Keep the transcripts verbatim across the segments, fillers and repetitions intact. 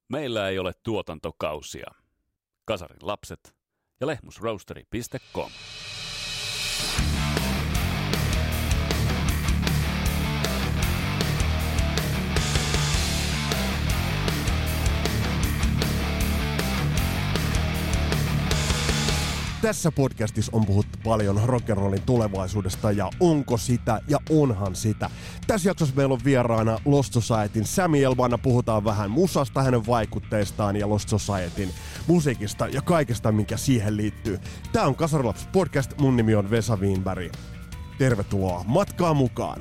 Meillä ei ole tuotantokausia. Kasarin lapset ja lehmusroasteri piste com. Tässä podcastissa on puhuttu paljon rock'n'rollin tulevaisuudesta ja onko sitä ja onhan sitä. Tässä jaksossa meillä on vieraana Lost Societyn Sami Elbana. Puhutaan vähän musasta, hänen vaikutteistaan ja Lost Societyn musiikista ja kaikesta, mikä siihen liittyy. Tää on Kasarilaps podcast. Mun nimi on Vesa Wienberg. Tervetuloa matkaan mukaan.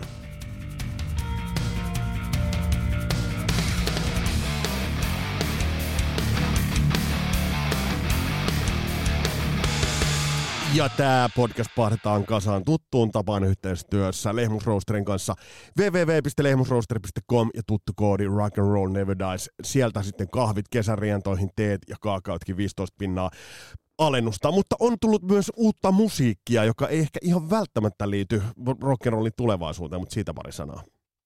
Ja tää podcast pahdetaan kasaan tuttuun tapaan yhteistyössä Lehmusroasterin kanssa double-u double-u double-u piste lehmusroasteri piste com ja tuttu koodi Rock and Roll Never Dies. Sieltä sitten kahvit kesärientoihin, teet ja kaakaotkin viisitoista pinnaa alennusta, mutta on tullut myös uutta musiikkia, joka ei ehkä ihan välttämättä liity rock'n'rollin tulevaisuuteen, mutta siitä pari sanaa.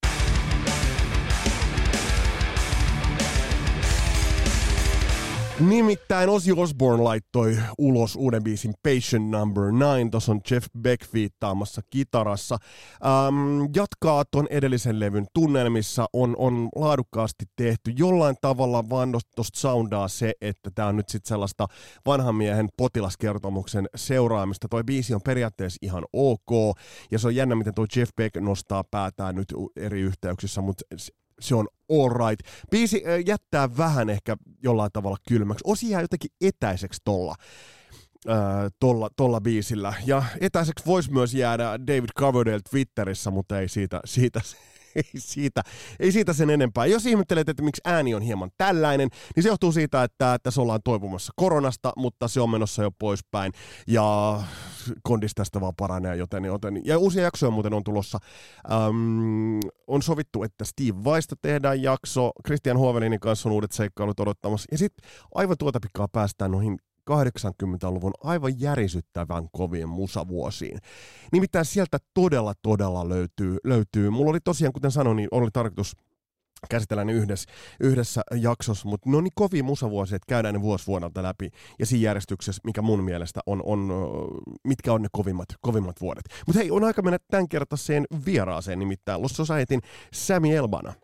Nimittäin Ozzy Osbourne laittoi ulos uuden biisin Patient Number Nine. Tuossa on Jeff Beck viittaamassa kitarassa. Ähm, jatkaa ton edellisen levyn tunnelmissa. On, on laadukkaasti tehty. Jollain tavalla vaan tosta soundaa se, että tää on nyt sit sellaista vanhan miehen potilaskertomuksen seuraamista. Toi biisi on periaatteessa ihan ok. Ja se on jännä, miten toi Jeff Beck nostaa päätään nyt eri yhteyksissä, mutta se on all right. Biisi jättää vähän ehkä jollain tavalla kylmäksi. Osi jää jotenkin etäiseksi tolla, ää, tolla, tolla biisillä. Ja etäiseksi voisi myös jäädä David Coverdale Twitterissä, mutta ei siitä, siitä, ei siitä, ei siitä sen enempää. Jos ihmettelet, että miksi ääni on hieman tällainen, niin se johtuu siitä, että tässä ollaan toipumassa koronasta, mutta se on menossa jo poispäin. Ja kondis tästä vaan paranee, joten, joten ja uusia jaksoja muuten on tulossa. Öm, on sovittu, että Steve Vaista tehdään jakso, Christian Hovelinin kanssa on uudet seikkailut odottamassa, ja sitten aivan tuota pikaa päästään noihin kahdeksankymmentäluvun aivan järisyttävän kovien musavuosiin. Nimittäin sieltä todella, todella löytyy, löytyy. Mulla oli tosiaan, kuten sanoin, niin oli tarkoitus käsitellään ne yhdessä, yhdessä jaksossa, mutta ne on niin kovia musavuosia, että käydään ne vuosi vuodelta läpi ja siinä järjestyksessä, mikä mun mielestä on, on mitkä on ne kovimmat, kovimmat vuodet. Mutta hei, on aika mennä tämän kertaiseen vieraaseen, nimittäin Lost Societyn Sami Elbana.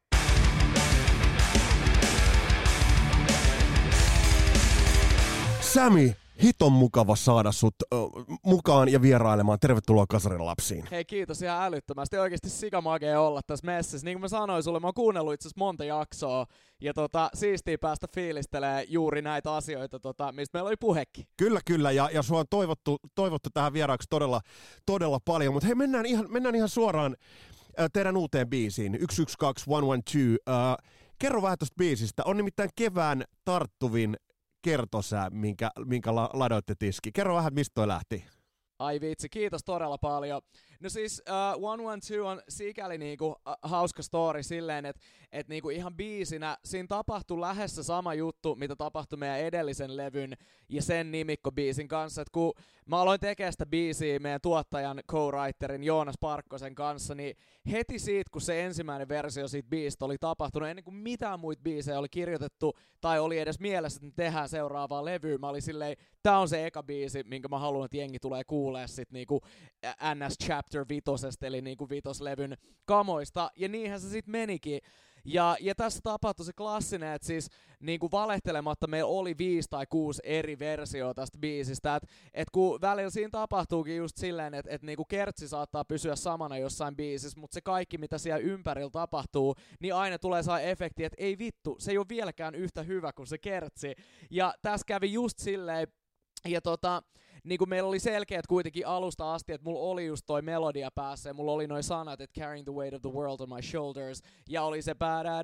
Sami, hiton mukava saada sut uh, mukaan ja vierailemaan. Tervetuloa Kasarin lapsiin. Hei, kiitos ihan älyttömästi. Oikeesti sikamagea olla tässä messissä. Niin kuin mä sanoin sulle, mä oon kuunnellut itse asiassa monta jaksoa. Ja tota, siistiä päästä fiilistelee juuri näitä asioita, tota, mistä meillä oli puhekin. Kyllä, kyllä. Ja, ja sua on toivottu, toivottu tähän vieraaksi todella, todella paljon. Mutta hei, mennään ihan, mennään ihan suoraan äh, teidän uuteen biisiin. yksi yksi kaksi yksi yksi kaksi. Äh, kerro vähän tosta biisistä. On nimittäin kevään tarttuvin kertosää, minkä, minkä la, ladoitte tiski. Kerro vähän, mistä toi lähti. Ai vitsi, kiitos todella paljon. No siis uh, one one two on sikäli niinku uh, hauska story silleen, että et niinku ihan biisinä siinä tapahtui lähes se sama juttu, mitä tapahtui meidän edellisen levyn ja sen nimikkobiisin kanssa. Et kun mä aloin tekemään sitä biisiä meidän tuottajan, co-writerin Joonas Parkkosen kanssa, niin heti siitä, kun se ensimmäinen versio siitä biisistä oli tapahtunut, ennen kuin mitään muita biisejä oli kirjoitettu tai oli edes mielessä, että me tehdään seuraavaa levyä, mä olin silleen, tää on se eka biisi, minkä mä haluan, että jengi tulee kuulee sit niinku N S Chapter vitosesta, eli niinku vitoslevyn kamoista, ja niinhän se sit menikin. Ja, ja tässä tapahtui se klassinen, että siis niinku valehtelematta meillä oli viisi tai kuusi eri versioa tästä biisistä, että et kun välillä siinä tapahtuukin just silleen, että et niinku kertsi saattaa pysyä samana jossain biisissä, mutta se kaikki mitä siellä ympärillä tapahtuu, niin aina tulee saa efekti, että ei vittu, se ei ole vieläkään yhtä hyvä kuin se kertsi. Ja tässä kävi just silleen, ja tota, niin kuin meillä oli selkeät kuitenkin alusta asti, että mulla oli just toi melodia päässä ja mulla oli noi sanat, että carrying the weight of the world on my shoulders, ja oli se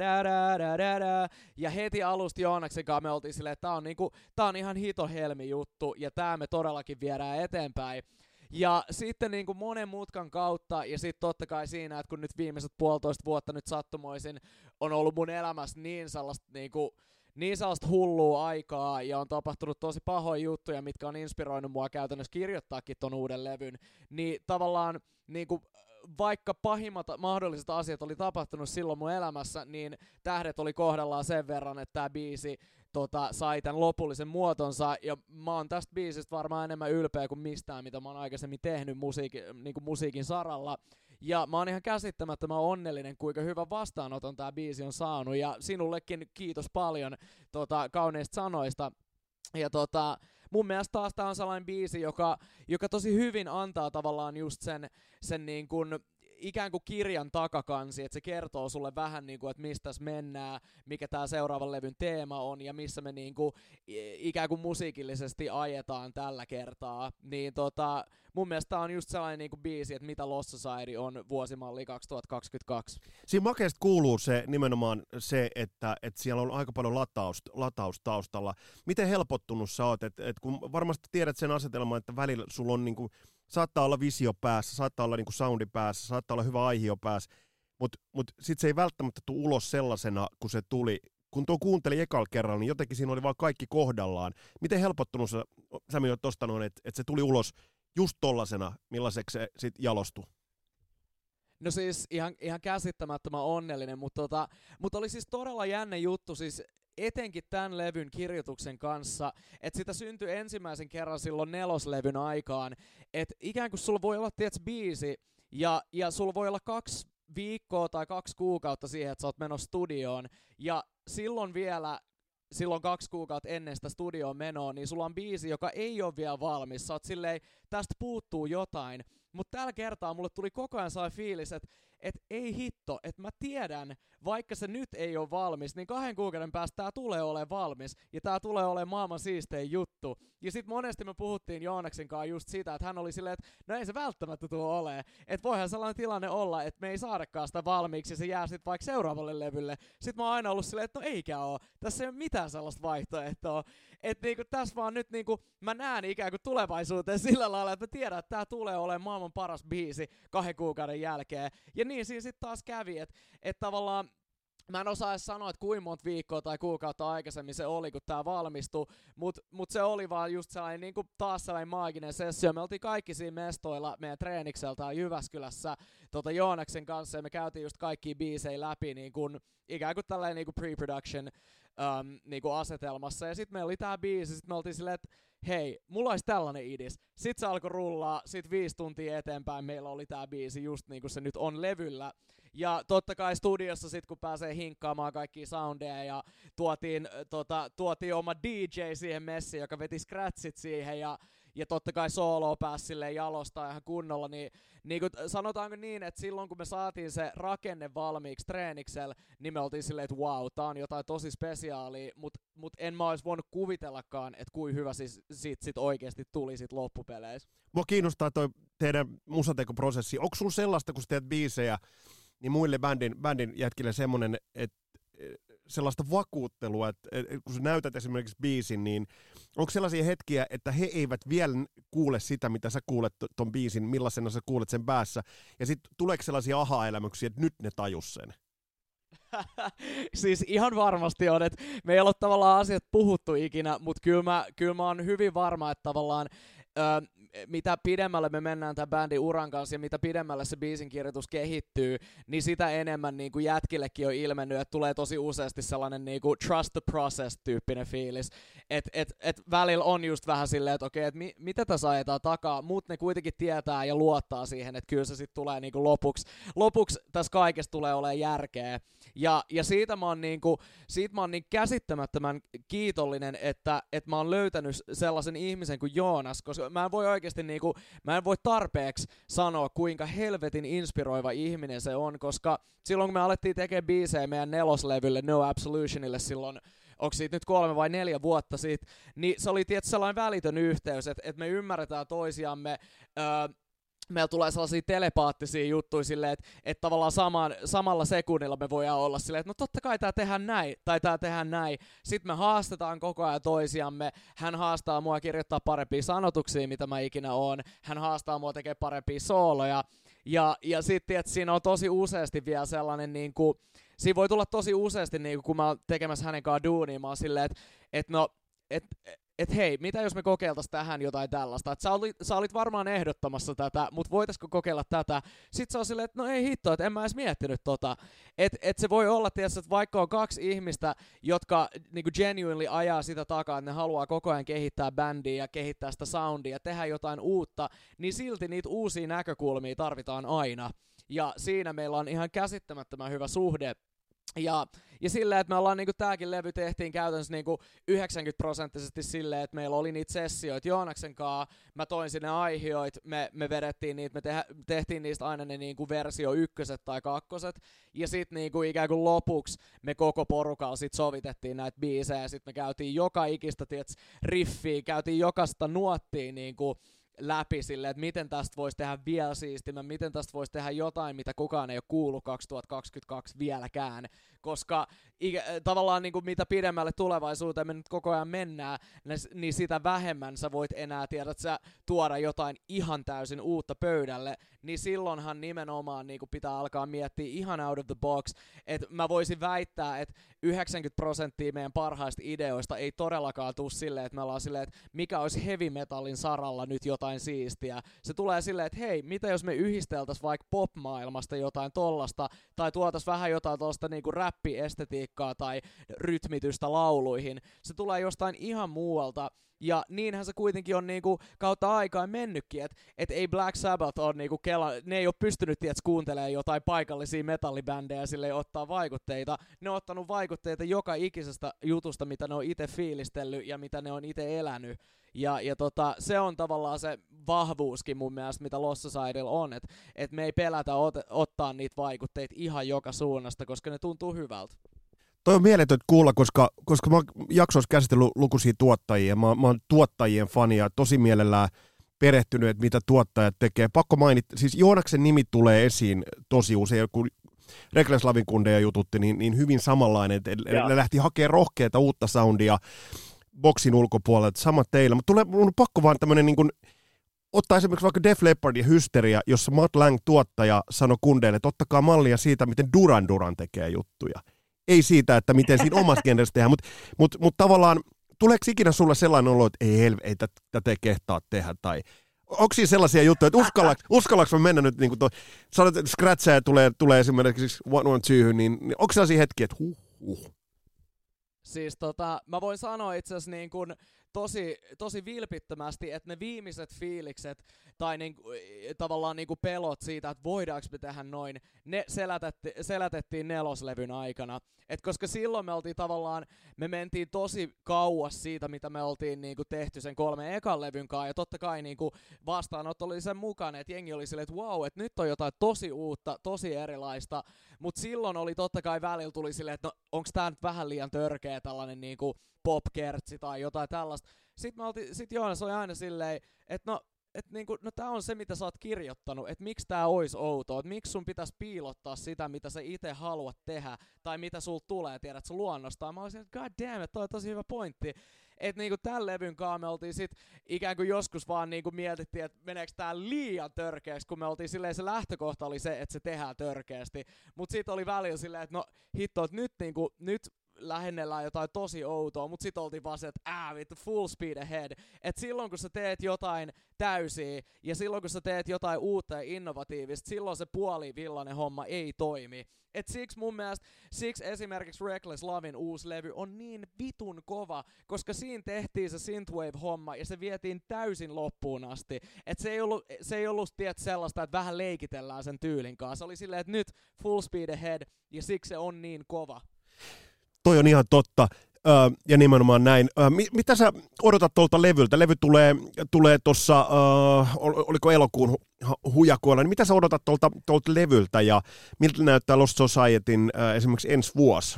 da ja heti alusta Joonaksen kanssa me oltiin silleen, että tää on, niinku, tää on ihan hito helmi juttu, ja tää me todellakin viedään eteenpäin. Ja sitten niin kuin monen mutkan kautta, ja sitten totta kai siinä, että kun nyt viimeiset puolitoista vuotta nyt sattumoisin on ollut mun elämässä niin sellaista niin kuin niin sellaista hullua aikaa ja on tapahtunut tosi pahoja juttuja, mitkä on inspiroinut mua käytännössä kirjoittaakin ton uuden levyn, niin tavallaan niinku vaikka pahimmat mahdolliset asiat oli tapahtunut silloin mun elämässä, niin tähdet oli kohdallaan sen verran, että tää biisi tota, sai tämän lopullisen muotonsa, ja mä oon tästä biisistä varmaan enemmän ylpeä kuin mistään, mitä mä oon aikaisemmin tehnyt musiikin, niin kuin musiikin saralla. Ja mä oon ihan käsittämättömän onnellinen, kuinka hyvän vastaanoton tää biisi on saanut, ja sinullekin kiitos paljon tota, kauneista sanoista. Ja tota, mun mielestä taas tää on sellainen biisi, joka, joka tosi hyvin antaa tavallaan just sen, sen niin kuin ikään kuin kirjan takakansi, että se kertoo sulle vähän niin kuin, että mistä mennään, mikä tää seuraavan levyn teema on ja missä me niin kuin ikään kuin musiikillisesti ajetaan tällä kertaa. Niin tota, mun mielestä tää on just sellainen niin kuin biisi, että mitä Lost Society on vuosimalli kaksituhattakaksikymmentäkaksi. Siinä makeasti kuuluu se nimenomaan se, että, että siellä on aika paljon lataus, lataus taustalla. Miten helpottunut sä oot? Et, et kun varmasti tiedät sen asetelman, että välillä sulla on niinku, saattaa olla visio päässä, saattaa olla niinku soundi päässä, saattaa olla hyvä aihio päässä, mutta mut sitten se ei välttämättä tule ulos sellaisena, kun se tuli. Kun tuo kuunteli ekalla kerralla, niin jotenkin siinä oli vaan kaikki kohdallaan. Miten helpottunut sä, Sami, oot tosta noin, että et se tuli ulos just tollasena, millaiseksi se sitten jalostui? No siis ihan, ihan käsittämättömän onnellinen, mutta tota, mut oli siis todella jännä juttu, siis etenkin tämän levyn kirjoituksen kanssa, että sitä syntyi ensimmäisen kerran silloin neloslevyn aikaan, että ikään kuin sulla voi olla, tiedätkö, biisi, ja, ja sulla voi olla kaksi viikkoa tai kaksi kuukautta siihen, että sä oot menossa studioon, ja silloin vielä, silloin kaksi kuukautta ennen sitä studioon menoa, niin sulla on biisi, joka ei ole vielä valmis, sä oot silleen, tästä puuttuu jotain, mutta tällä kertaa mulle tuli koko ajan sai fiilis, että et ei hitto, että mä tiedän, vaikka se nyt ei ole valmis, niin kahden kuukauden päästä tää tulee olemaan valmis, ja tää tulee olemaan maailman siistein juttu. Ja sit monesti me puhuttiin Joonaksen kanssa just sitä, että hän oli silleen, että no ei se välttämättä tule olemaan. Että voihan sellainen tilanne olla, että me ei saadakaan sitä valmiiksi, ja se jää sit vaikka seuraavalle levylle. Sit mä oon aina ollut silleen, että no eikä oo. Tässä ei ole mitään sellaista vaihtoehtoa. Että niinku tässä vaan nyt niinku, mä näen ikään kuin tulevaisuuteen sillä lailla, että mä tiedän, että tää tulee olemaan maailman paras biisi kahden kuukauden jälkeen. Ja niin siinä sit taas kävi, että et tavallaan mä en osaa edes sanoa, että kuinka monta viikkoa tai kuukautta aikaisemmin se oli, kun tää valmistui, mut, mut se oli vaan just sellainen niinku taas sellainen maaginen sessio. Me oltiin kaikki siinä mestoilla meidän treenikseltä Jyväskylässä tota Joonaksen kanssa, ja me käytiin just kaikkia biisejä läpi niin kun, ikään kuin tällainen niinku pre-production um, niinku asetelmassa, ja sit meillä oli tää biisi, sit me oltiin silleen, että hei, mulla olisi tällainen idis. Sit se alkoi rullaa, sit viisi tuntia eteenpäin meillä oli tää biisi just niin kuin se nyt on levyllä. Ja totta kai studiossa sit kun pääsee hinkkaamaan kaikkia soundeja ja tuotiin, tota, tuotiin oma D J siihen messiin, joka veti scratchit siihen ja ja totta kai sooloa pääsi silleen jalostaa ihan kunnolla, niin, niin kuin, sanotaanko niin, että silloin kun me saatiin se rakenne valmiiksi treeniksellä, niin me oltiin silleen, että wow, tää on jotain tosi spesiaalia, mutta mut en mä ois voinut kuvitellakaan, että kuin hyvä siis, sit, sit oikeasti tuli sit loppupeleissä. Mua kiinnostaa toi teidän musatekoprosessi. Onko sulla sellaista, kun sä teet biisejä, niin muille bändin, bändin jätkille semmonen, että sellaista vakuuttelua, että, että kun sä näytät esimerkiksi biisin, niin onko sellaisia hetkiä, että he eivät vielä kuule sitä, mitä sä kuulet ton biisin, millaisena sä kuulet sen päässä, ja sitten tuleeko sellaisia aha-elämyksiä, että nyt ne tajus sen? Siis ihan varmasti on, että me ei ole tavallaan asiat puhuttu ikinä, mutta kyllä mä, kyllä mä oon hyvin varma, että tavallaan Öö, mitä pidemmälle me mennään tämän bändin uran kanssa ja mitä pidemmälle se biisin kirjoitus kehittyy, niin sitä enemmän niin kuin jätkillekin on ilmennyt, että tulee tosi useasti sellainen niin kuin trust the process-tyyppinen fiilis. Että et, et välillä on just vähän silleen, että okei, että mi, mitä tässä ajetaan takaa, mutta ne kuitenkin tietää ja luottaa siihen, että kyllä se sitten tulee niin kuin lopuksi. Lopuksi tässä kaikessa tulee olemaan järkeä. Ja, ja siitä mä oon, niin kuin, siitä mä oon niin käsittämättömän kiitollinen, että, että mä oon löytänyt sellaisen ihmisen kuin Joonas, koska mä en voi oikeasti niinku, mä en voi tarpeeksi sanoa, kuinka helvetin inspiroiva ihminen se on, koska silloin kun me alettiin tekemään biisejä meidän neloslevylle No Absolutionille silloin, onko siitä nyt kolme vai neljä vuotta siitä, niin se oli tietysti sellainen välitön yhteys, että et me ymmärretään toisiamme, öö, meillä tulee sellaisia telepaattisia juttuja silleen, että et tavallaan saman, samalla sekunnilla me voidaan olla silleen, että no totta kai tää tehdään näin, tai tää tehdään näin. Sitten me haastetaan koko ajan toisiamme. Hän haastaa mua kirjoittaa parempia sanotuksia, mitä mä ikinä oon. Hän haastaa mua tekemään parempia sooloja. Ja, ja sitten, että siinä on tosi useasti vielä sellainen, niin kuin, siinä voi tulla tosi useasti, niin kuin, kun mä oon tekemässä hänen kanssaan duunia, mä oon silleen, että et no, että et hei, mitä jos me kokeiltais tähän jotain tällaista, että sä olit, sä olit varmaan ehdottamassa tätä, mutta voitaisko kokeilla tätä, sit se on silleen, että no ei hitto, että en mä edes miettinyt tota, että et se voi olla tietysti, että vaikka on kaksi ihmistä, jotka niinku genuinely ajaa sitä takaa, että ne haluaa koko ajan kehittää bändiä ja kehittää sitä soundia ja tehdä jotain uutta, niin silti niitä uusia näkökulmia tarvitaan aina. Ja siinä meillä on ihan käsittämättömän hyvä suhde. Ja, ja silleen, että me ollaan niinku tääkin levy tehtiin käytännössä niinku yhdeksänkymmentä prosenttisesti silleen, että meillä oli niitä sessioita Joonaksen kanssa, mä toin sinne aihioit, me, me vedettiin niitä, me tehdä, tehtiin niistä aina ne niinku versio ykköset tai kakkoset, ja sit niinku ikään kuin lopuksi me koko porukalla sit sovitettiin näitä biisejä, ja sit me käytiin joka ikistä tiets, riffiä, käytiin jokaista nuottia niinku läpi silleen, että miten tästä voisi tehdä vielä siistimän, miten tästä voisi tehdä jotain, mitä kukaan ei ole kuullut kaksituhattakaksikymmentäkaksi vieläkään, koska ikä, tavallaan niin kuin mitä pidemmälle tulevaisuuteen me nyt koko ajan mennään, niin sitä vähemmän sä voit enää tiedät sä tuoda jotain ihan täysin uutta pöydälle, niin silloinhan nimenomaan niin kuin pitää alkaa miettiä ihan out of the box, että mä voisin väittää, että yhdeksänkymmentä prosenttia meidän parhaista ideoista ei todellakaan tule silleen, että me ollaan silleen, että mikä olisi heavy metalin saralla nyt jotain siistiä. Se tulee silleen, että hei, mitä jos me yhdisteltäisiin vaikka pop-maailmasta jotain tollasta, tai tuotaisiin vähän jotain tollasta niinku räppiestetiikkaa tai rytmitystä lauluihin. Se tulee jostain ihan muualta. Ja niinhän se kuitenkin on niinku kautta aikaan mennytkin, että et ei Black Sabbath on niinku kela, ne ei ole pystynyt tiets kuuntelemaan jotain paikallisia metallibändejä silleen ottaa vaikutteita. Ne on ottanut vaikutteita joka ikisestä jutusta, mitä ne on itse fiilistellyt ja mitä ne on itse elänyt. Ja, ja tota, se on tavallaan se vahvuuskin mun mielestä, mitä Lost Societylla on, että et me ei pelätä ot- ottaa niitä vaikutteita ihan joka suunnasta, koska ne tuntuu hyvältä. Toi on mieletöntä kuulla, koska, koska mä oon jaksoissa käsitellyt lukuisia tuottajia. Mä, mä oon tuottajien fani ja tosi mielellään perehtynyt, että mitä tuottajat tekee. Pakko mainita, siis Joonaksen nimi tulee esiin tosi usein, kun Reckless Lavin kundeja jututti, niin, niin hyvin samanlainen, että ne lähti hakemaan rohkeata uutta soundia boksin ulkopuolelta, sama teillä. Mutta tulee mun pakko vaan tämmönen niin kuin ottaa esimerkiksi vaikka Def Leppard ja Hysteria, jossa Matt Lang tuottaja sanoi kundeille, että ottakaa mallia siitä, miten Duran Duran tekee juttuja. Ei siitä, että miten siinä omassa genressä tehdään, mutta mut, mut tavallaan tuleeko ikinä sulle sellainen olo, että ei, ei tätä ei kehtaa tehdä, tai onko siinä sellaisia juttuja, että uskallaks, uskallaks mä mennä nyt, niin kuin tuo, sanoit, että scratcheja tulee, tulee esimerkiksi one one two, niin, niin onko sellaisia hetkiä, että huh, huh. Siis tota, mä voin sanoa itse asiassa niin kuin tosi, tosi vilpittömästi, että ne viimeiset fiilikset tai niinku, tavallaan niinku pelot siitä, että voidaanko me tehdä noin, ne selätetti, selätettiin neloslevyn aikana. Et koska silloin me oltiin tavallaan, me mentiin tosi kauas siitä, mitä me oltiin niinku tehty sen kolmen ekan levyn kanssa, ja totta kai niinku vastaanotto oli sen mukana, että jengi oli silleen, että wow, että nyt on jotain tosi uutta, tosi erilaista, mutta silloin oli totta kai välillä tuli silleen, että no onks tää nyt vähän liian törkeä tällainen niinku popkertsi tai jotain tällaista. Sitten, me oltiin, sit Joonas oli aina silleen, että no, et niinku, no tää on se, mitä sä oot kirjoittanut, että miksi tää ois outoa, että miksi sun pitäisi piilottaa sitä, mitä sä itse haluat tehdä, tai mitä sul tulee, tiedät sä luonnostaan. Mä olisin, että god damn it, toi on tosi hyvä pointti. Että niinku tän levyn kanssa me oltiin sit ikään kuin joskus vaan niinku mietittiin, että meneekö tää liian törkeäksi, kun me oltiin silleen, se lähtökohta oli se, että se tehdään törkeästi. Mut sit oli välillä silleen, että no hitto, että nyt niinku, nyt lähennellään jotain tosi outoa, mut sit oltiin vaan se, että ää vittu, full speed ahead. Et silloin kun sä teet jotain täysiä, ja silloin kun sä teet jotain uutta ja innovatiivista, silloin se puolivillainen homma ei toimi. Et siksi mun mielestä, siksi esimerkiksi Reckless Lavin uusi levy on niin vitun kova, koska siinä tehtiin se synthwave-homma ja se vietiin täysin loppuun asti. Et se ei ollut, se ei ollut tiet sellaista, että vähän leikitellään sen tyylin kanssa. Se oli silleen, että nyt full speed ahead, ja siksi se on niin kova. Toi on ihan totta, öö, ja nimenomaan näin. Öö, mitä sä odotat tuolta levyltä? Levy tulee, tulee tuossa, öö, oliko elokuun hu- hujakuolla, niin mitä sä odotat tuolta, tuolta levyltä, ja miltä näyttää Lost Societyn öö, esimerkiksi ensi vuosi?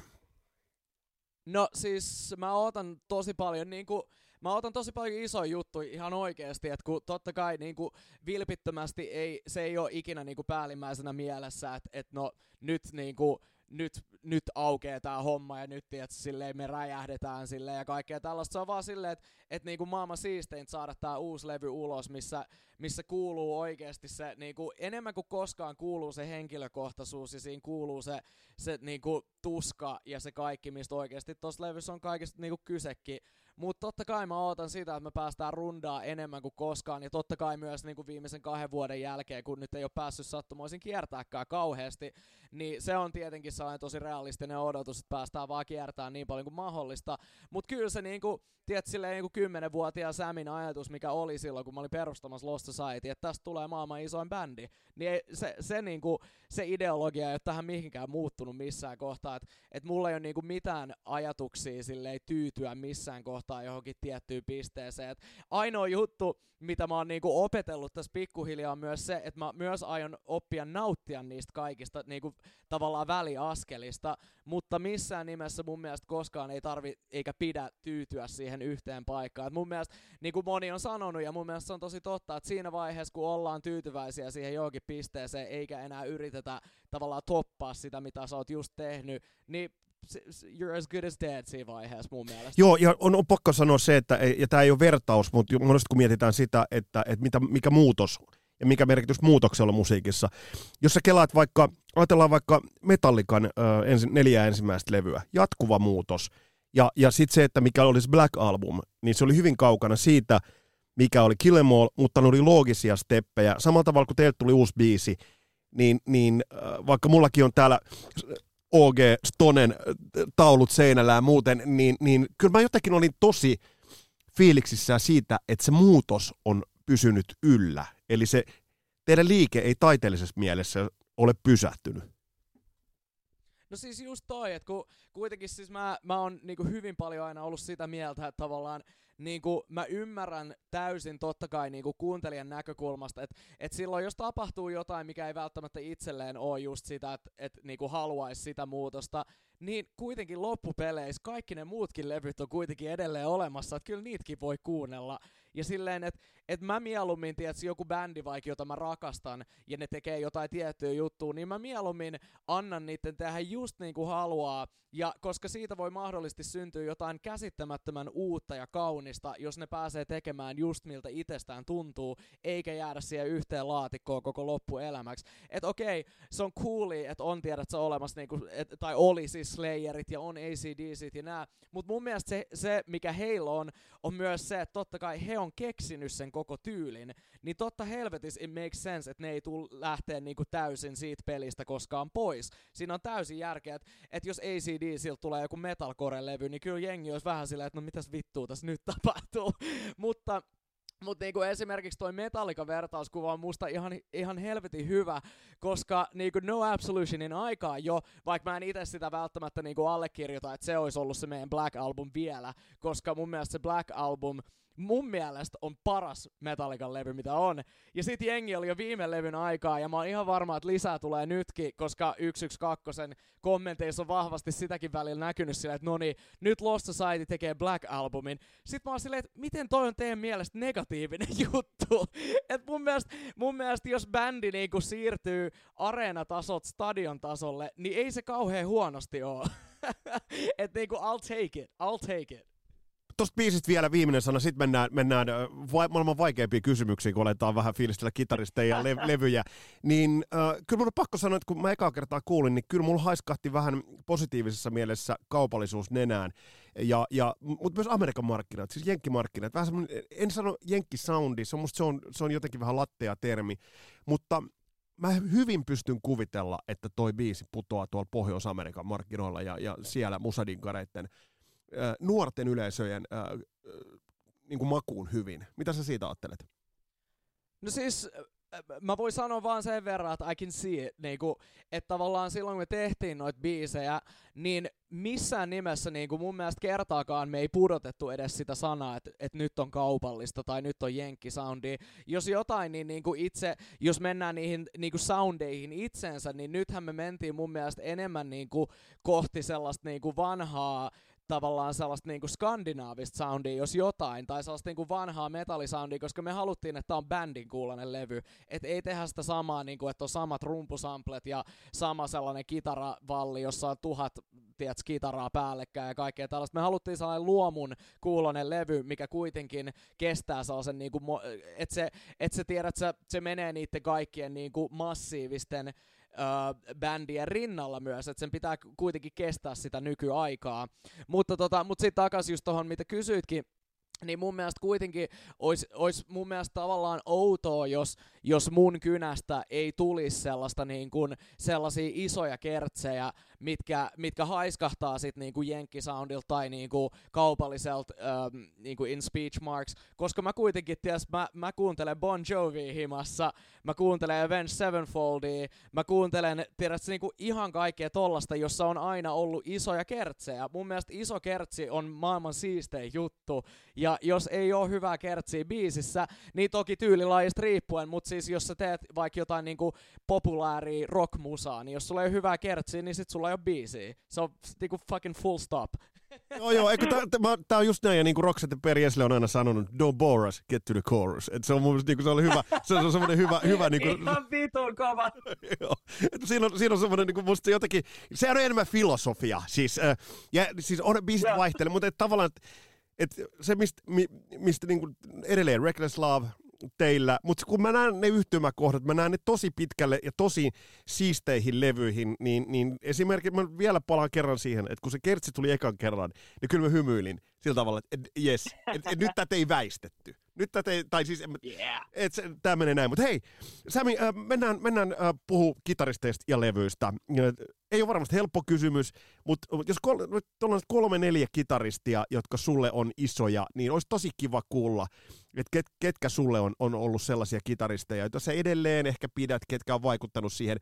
No siis mä ootan tosi paljon niinku, mä otan tosi paljon isoja juttuja ihan oikeesti, että kun totta kai niinku vilpittömästi ei, se ei ole ikinä niinku päällimmäisenä mielessä, että et no nyt niinku, nyt, nyt aukeaa tää homma ja nyt tiedät, silleen me räjähdetään silleen ja kaikkea tällaista. Se on vaan silleen, että et niinku maailman siisteintä saada tää uusi levy ulos, missä, missä kuuluu oikeesti se niinku, enemmän kuin koskaan kuuluu se henkilökohtaisuus ja siinä kuuluu se, se niinku tuska ja se kaikki, mistä oikeesti tossa levyssä on kaikista niinku kysekin. Mutta totta kai mä ootan sitä, että me päästään rundaa enemmän kuin koskaan, ja totta kai myös niin kuin viimeisen kahden vuoden jälkeen, kun nyt ei ole päässyt sattumoisin kiertääkään kauheasti, niin se on tietenkin sellainen tosi realistinen odotus, että päästään vaan kiertämään niin paljon kuin mahdollista. Mutta kyllä se niinku, tiedät, silleen niinku kymmenvuotiaan Samin ajatus, mikä oli silloin, kun mä olin perustamassa Lost Society, että tästä tulee maailman isoin bändi, niin ei, se, se, niinku, se ideologia ei ole tähän mihinkään muuttunut missään kohtaa, että et mulla ei ole niinku mitään ajatuksia silleen tyytyä missään kohtaa johonkin tiettyyn pisteeseen. Et ainoa juttu, mitä mä oon niinku opetellut tässä pikkuhiljaa on myös se, että mä myös aion oppia nauttia niistä kaikista niinku tavallaan väliaskelista, mutta missään nimessä mun mielestä koskaan ei tarvi eikä pidä tyytyä siihen yhteen paikkaan. Et mun mielestä, niin kuin moni on sanonut, ja mun mielestä se on tosi totta, että siinä vaiheessa, kun ollaan tyytyväisiä siihen johonkin pisteeseen, eikä enää yritetä tavallaan toppaa sitä, mitä sä oot just tehnyt, niin you're as good as dead siinä vaiheessa mun mielestä. Joo, ja on, on pakko sanoa se, että ei, ja tämä ei ole vertaus, mutta monesti kun mietitään sitä, että, että mitä, mikä muutos ja mikä merkitys muutoksella on musiikissa. Jos sä kelaat vaikka, ajatellaan vaikka Metallican ö, ensi, neljää ensimmäistä levyä, jatkuva muutos, ja, ja sitten se, että mikä olisi Black Album, niin se oli hyvin kaukana siitä, mikä oli Kill 'Em All, mutta ne oli loogisia steppejä. Samalla tavalla, kun teiltä tuli uusi biisi, niin, niin äh, vaikka mullakin on täällä O G Stonen taulut seinällä ja muuten, niin, niin kyllä mä jotenkin olin tosi fiiliksissä siitä, että se muutos on pysynyt yllä. Eli se teidän liike ei taiteellisessa mielessä ole pysähtynyt. No siis just toi, että kun kuitenkin siis mä, mä oon niinku hyvin paljon aina ollut sitä mieltä, että tavallaan niinku mä ymmärrän täysin totta kai niinku kuuntelijan näkökulmasta, että et silloin jos tapahtuu jotain, mikä ei välttämättä itselleen ole just sitä, että et niinku haluaisi sitä muutosta, niin kuitenkin loppupeleissä kaikki ne muutkin levyt on kuitenkin edelleen olemassa, että kyllä niitäkin voi kuunnella. Ja silleen, että et mä mieluummin, tiedätkö, joku bändi vaikka, jota mä rakastan, ja ne tekee jotain tiettyä juttua, niin mä mieluummin annan niiden tehdä just niin kuin haluaa, ja koska siitä voi mahdollisesti syntyä jotain käsittämättömän uutta ja kaunista, jos ne pääsee tekemään just miltä itsestään tuntuu, eikä jäädä siihen yhteen laatikkoon koko loppuelämäksi. Että okei, se on cooli, että on tiedätkö olemassa, niinku, et, tai oli siis Slayerit ja on A C D C:t ja nää, mutta mun mielestä se, se, mikä heillä on, on myös se, että totta kai he on keksinyt sen koko tyylin, niin totta helvetis it makes sense, että ne ei tule lähteä niinku täysin siitä pelistä koskaan pois. Siinä on täysin järkeä, että et jos A C D siltä tulee joku metalcore-levy, niin kyllä jengi olisi vähän silleen, että no mitäs vittua tässä nyt tapahtuu. Mutta Mutta niinku esimerkiksi toi Metallica-vertauskuva on musta ihan, ihan helvetin hyvä, koska niinku No Absolutionin aikaan jo, vaikka mä en itse sitä välttämättä niinku allekirjoita, että se olisi ollut se meidän Black Album vielä, koska mun mielestä se Black Album mun mielestä on paras Metallican levy, mitä on. Ja sit jengi oli jo viime levyn aikaa, ja mä oon ihan varma, että lisää tulee nytkin, koska yksi yksi kaksi kommenteissa on vahvasti sitäkin välillä näkynyt silleen, että no niin, nyt Lost Society tekee Black Albumin. Sit mä oon silleen, että miten toi on teidän mielestä negatiivinen juttu? Et mun mielestä, mun mielestä jos bändi niinku siirtyy areenatasolta stadion tasolle, niin ei se kauhean huonosti oo. Et niinku I'll take it, I'll take it. Tuosta biisistä vielä viimeinen sana, sitten mennään, mennään va- maailman vaikeimpia kysymyksiä, kun aletaan vähän fiilistellä kitaristeja ja le- levyjä. Niin äh, kyllä mun on pakko sanoa, että kun mä ekaa kertaa kuulin, niin kyllä mulla haiskahti vähän positiivisessa mielessä kaupallisuus nenään. Ja, ja, mutta myös Amerikan markkinat, siis jenkkimarkkinat. Vähän semmoinen, en sano jenkkisoundi, se on, musta se, on, se on jotenkin vähän lattea termi, mutta mä hyvin pystyn kuvitella, että toi biisi putoaa tuolla Pohjois-Amerikan markkinoilla ja, ja siellä musadinkareitten nuorten yleisöjen äh, niin kuin makuun hyvin. Mitä sä siitä ajattelet? No siis, mä voin sanoa vaan sen verran, että I can see it, niinku, että tavallaan silloin kun me tehtiin noita biisejä, niin missään nimessä niinku mun mielestä kertaakaan me ei pudotettu edes sitä sanaa, että et nyt on kaupallista tai nyt on jenkkisoundi. Jos jotain, niin niinku itse, jos mennään niihin niinku soundeihin itsensä, niin nythän me mentiin mun mielestä enemmän niinku kohti sellaista niinku vanhaa, tavallaan sellaista niinku skandinaavista soundia, jos jotain, tai sellaista niinku vanhaa metallisoundia, koska me haluttiin, että tää on bändin kuulonen levy. Et ei tehdä sitä samaa, niinku, että on samat rumpusamplet ja sama sellainen kitaravalli, jossa on tuhat tiedätkö, kitaraa päällekkäin ja kaikkea tällaista. Me haluttiin sellainen luomun kuulonen levy, mikä kuitenkin kestää sellaisen, niinku, että se, et se tiedät, se, se menee niiden kaikkien niinku massiivisten uh, bändien rinnalla myös, että sen pitää kuitenkin kestää sitä nykyaikaa. Mutta tota, mut sitten takaisin just tohon, mitä kysyitkin, niin mun mielestä kuitenkin olisi ois mun mielestä tavallaan outoa, jos, jos mun kynästä ei tulisi sellaista niin kuin, sellaisia isoja kertsejä, mitkä, mitkä haiskahtaa sit niin kuin jenkkisoundilta tai niin kuin kaupalliselta ähm, niin kuin in speech marks, koska mä kuitenkin, ties, mä, mä kuuntelen Bon Jovia himassa, mä kuuntelen Avenged Sevenfoldia, mä kuuntelen tiedätkö, niin kuin ihan kaikkea tollasta, jossa on aina ollut isoja kertsejä. Mun mielestä iso kertsi on maailman siistein juttu, ja jos ei ole hyvää kertsiä biisissä, niin toki tyylilajista riippuen, mutta siis jos sä teet vaikka jotain niinku populaaria rockmusaa, niin jos sulla ei ole hyvää kertsiä, niin sit sulla ei ole biisiä. Se on niinku fucking full stop. Joo, joo, eikö tää, tää, tää on just näin, ja niinku Roxette Perriesle on aina sanonut, don't bore us, get to the chorus. Et se on mun mielestä niinku, se oli hyvä, se on semmoinen hyvä, hyvä niinku... Ihan vitun kova. Joo, siinä on, siinä on semmoinen niinku musta jotenkin, se on enemmän filosofia, siis, äh, ja siis on biisit vaihtelee, mutta et tavallaan, et, et se mistä, mi, mistä niinku edelleen Reckless Love, teillä, mutta kun mä näen ne yhtymäkohdat, mä näen ne tosi pitkälle ja tosi siisteihin levyihin, niin, niin esimerkiksi mä vielä palaan kerran siihen, että kun se kertsi tuli ekan kerran, niin kyllä mä hymyilin sillä tavalla, että et, jes, että et, nyt tätä ei väistetty. Nyt tätä ei, tai siis, yeah. että tää menee näin. Mutta hei, Sami, äh, mennään, mennään äh, puhuu kitaristeista ja levyistä. Äh, ei ole varmasti helppo kysymys, mutta jos kol, on kolme neljä kitaristia, jotka sulle on isoja, niin olisi tosi kiva kuulla, että ket, ketkä sulle on, on ollut sellaisia kitaristeja, joita sä edelleen ehkä pidät, ketkä on vaikuttanut siihen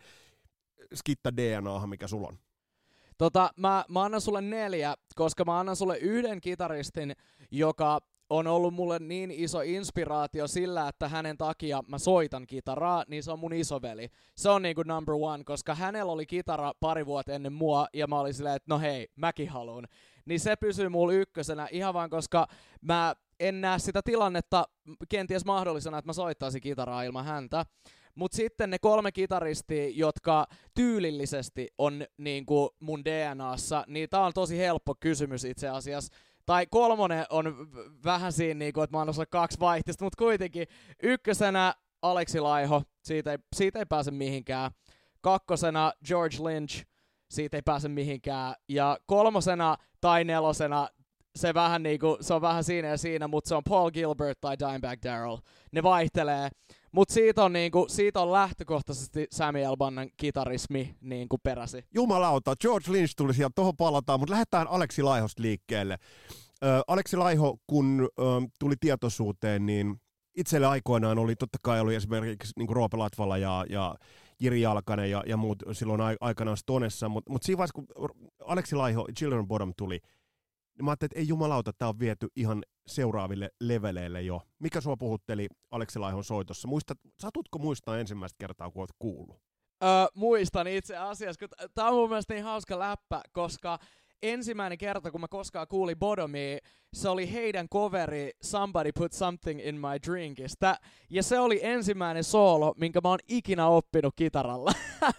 skitta D N A:han, mikä sulla on. Tota, mä, mä annan sulle neljä, koska mä annan sulle yhden kitaristin, joka on ollut mulle niin iso inspiraatio sillä, että hänen takia mä soitan kitaraa, niin se on mun isoveli. Se on niinku number one, koska hänellä oli kitara pari vuotta ennen mua, ja mä olin silleen, että no hei, mäkin haluun. Niin se pysyy mulla ykkösenä ihan vaan, koska mä en näe sitä tilannetta kenties mahdollisena, että mä soittaisin kitaraa ilman häntä. Mut sitten ne kolme kitaristia, jotka tyylillisesti on niinku mun D N A:ssa, niin tää on tosi helppo kysymys itse asiassa. Tai kolmonen on vähän siinä, niinku, että mä annan sulle kaksi vaihtista, mutta kuitenkin ykkösenä Aleksi Laiho, siitä ei, siitä ei pääse mihinkään. Kakkosena George Lynch, siitä ei pääse mihinkään. Ja kolmosena tai nelosena, se, vähän niinku, se on vähän siinä ja siinä, mutta se on Paul Gilbert tai Dimebag Darrell. Ne vaihtelee. Mutta siitä on, niinku, siitä on lähtökohtaisesti Sami Elbannan kitarismi niinku peräsi. Jumalauta, George Lynch tuli sieltä, tohon palataan, mutta lähdetään Aleksi Laihosta liikkeelle. Ö, Aleksi Laiho, kun ö, tuli tietoisuuteen, niin itselle aikoinaan oli, totta kai oli esimerkiksi niin kuin Roope Latvala ja, ja Jiri Jalkanen ja, ja muut silloin aikanaan Stonessa, mutta mut siinä vaiheessa, kun Aleksi Laiho, Children of Bodom tuli, niin mä ajattelin, että ei jumalauta, tämä on viety ihan seuraaville leveleille jo. Mikä sua puhutteli Aleksi Laihon soitossa? Muistat, satutko muistaa ensimmäistä kertaa, kun oot kuullut? Öö, muistan itse asiassa, kun tää on mun mielestä niin hauska läppä, koska ensimmäinen kerta, kun mä koskaan kuulin Bodomia, se oli heidän coveri Somebody Put Something in My Drinkista. Ja se oli ensimmäinen soolo, minkä mä oon ikinä oppinut kitaralla.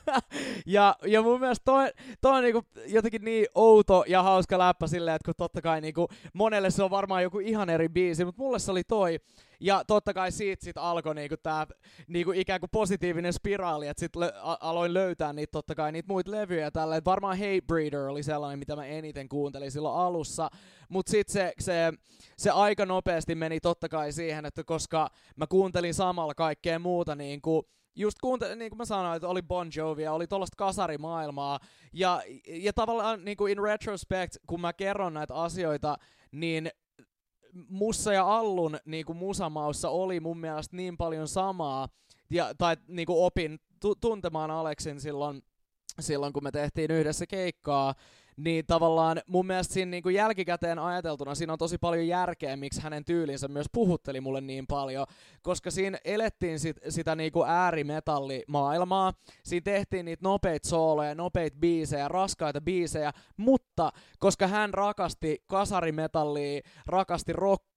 ja, ja mun mielestä toi, toi on niinku jotenkin niin outo ja hauska läppä silleen, että kun totta kai niinku monelle se on varmaan joku ihan eri biisi, mutta mulle se oli toi. Ja totta kai siitä sit alkoi niinku tää niinku ikään kuin positiivinen spiraali, että sit lö- a- aloin löytää niitä totta kai niitä muita levyjä ja tälleen. Varmaan Hatebreeder oli sellainen, mitä mä eniten kuuntelin silloin alussa. Mut sit se, se, se aika nopeasti meni totta kai siihen, että koska mä kuuntelin samalla kaikkea muuta niinku, just kuuntelin, niin kuin mä sanoin, että oli Bon Jovia, oli tollaista kasarimaailmaa. Ja, ja tavallaan niinku in retrospect, kun mä kerron näitä asioita, niin Mussa ja Allun niinku musamaussa oli mun mielestä niin paljon samaa, ja, tai niinku opin tu- tuntemaan Aleksin silloin, silloin, kun me tehtiin yhdessä keikkaa, niin tavallaan mun mielestä siinä niinku jälkikäteen ajateltuna siinä on tosi paljon järkeä, miksi hänen tyylinsä myös puhutteli mulle niin paljon, koska siinä elettiin sit, sitä niinku äärimetallimaailmaa, siinä tehtiin niitä nopeita sooloja, nopeita biisejä, raskaita biisejä, mutta koska hän rakasti kasarimetallia, rakasti rockia,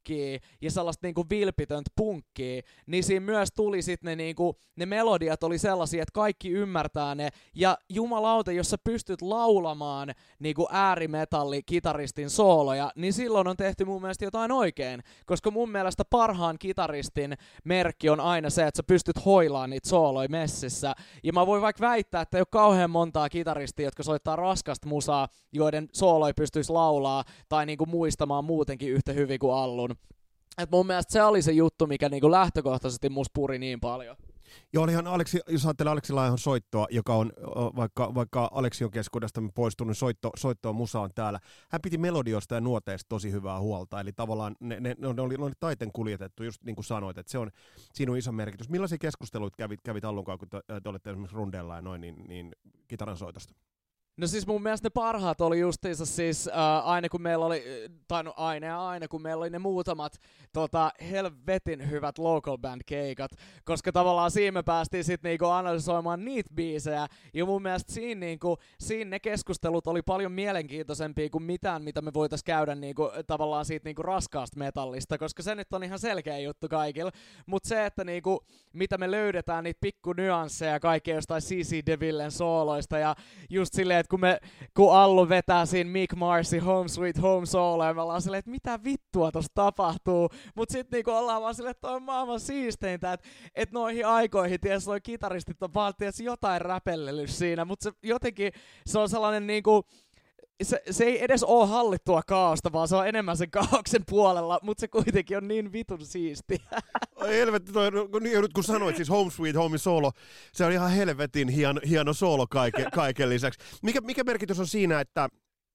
punkkia ja sellaista niinku vilpitöntä punkkia, niin siinä myös tuli sitten ne, niinku, ne melodiat oli sellaisia, että kaikki ymmärtää ne, ja jumalauta, jos sä pystyt laulamaan niinku äärimetalli-kitaristin sooloja, niin silloin on tehty mun mielestä jotain oikein, koska mun mielestä parhaan kitaristin merkki on aina se, että sä pystyt hoilaan niitä sooloja messissä, ja mä voin vaikka väittää, että ei ole kauhean montaa kitaristia, jotka soittaa raskasta musaa, joiden sooloja pystyisi laulaa tai niinku muistamaan muutenkin yhtä hyvin kuin Allun. Et mun mielestä se oli se juttu, mikä niinku lähtökohtaisesti musta puri niin paljon. Joo, olihan Aleksi, jos ajattelee Aleksilla ihan soittoa, joka on, vaikka, vaikka Aleksi on keskuudesta poistunut, soitto, soittoa musa on täällä. Hän piti melodiosta ja nuoteista tosi hyvää huolta, eli tavallaan ne, ne, ne, oli, ne oli taiteen kuljetettu, just niin kuin sanoit, että se on, siinä on iso merkitys. Millaisia keskusteluita kävit, kävit Allunkaan, kun te, te olette esimerkiksi rundella ja noin, niin, niin kitaran soitosta? No siis mun mielestä ne parhaat oli justiinsa siis äh, aina kun meillä oli, tai no aina ja aina kun meillä oli ne muutamat tota, helvetin hyvät local band keikat, koska tavallaan siinä me päästiin sit niinku analysoimaan niitä biisejä, ja mun mielestä siinä, niinku, siinä ne keskustelut oli paljon mielenkiintoisempia kuin mitään, mitä me voitais käydä niinku, tavallaan siitä niinku raskaasta metallista, koska se nyt on ihan selkeä juttu kaikilla, mutta se, että niinku, mitä me löydetään niitä pikku nyansseja kaikkea jostain C C DeVillen sooloista, ja just silleen, että kun, me, kun Allu vetää siinä Mick Marcy Home Sweet Home solo, ja me ollaan silleen, että mitä vittua tossa tapahtuu, mut sit niinku ollaan vaan silleen, että toi on maailman siisteintä, että et noihin aikoihin, ties noi kitaristit on vaan ties jotain räpellely siinä, mut se jotenkin, se on sellainen niinku, se, se ei edes oo hallittua kaaosta, vaan se on enemmän sen kaaoksen puolella, mutta se kuitenkin on niin vitun siisti. Oi helvetti, toi, nyt kun sanoit siis Home Sweet Home solo, se on ihan helvetin hieno, hieno solo kaiken, kaiken lisäksi. Mikä, mikä merkitys on siinä, että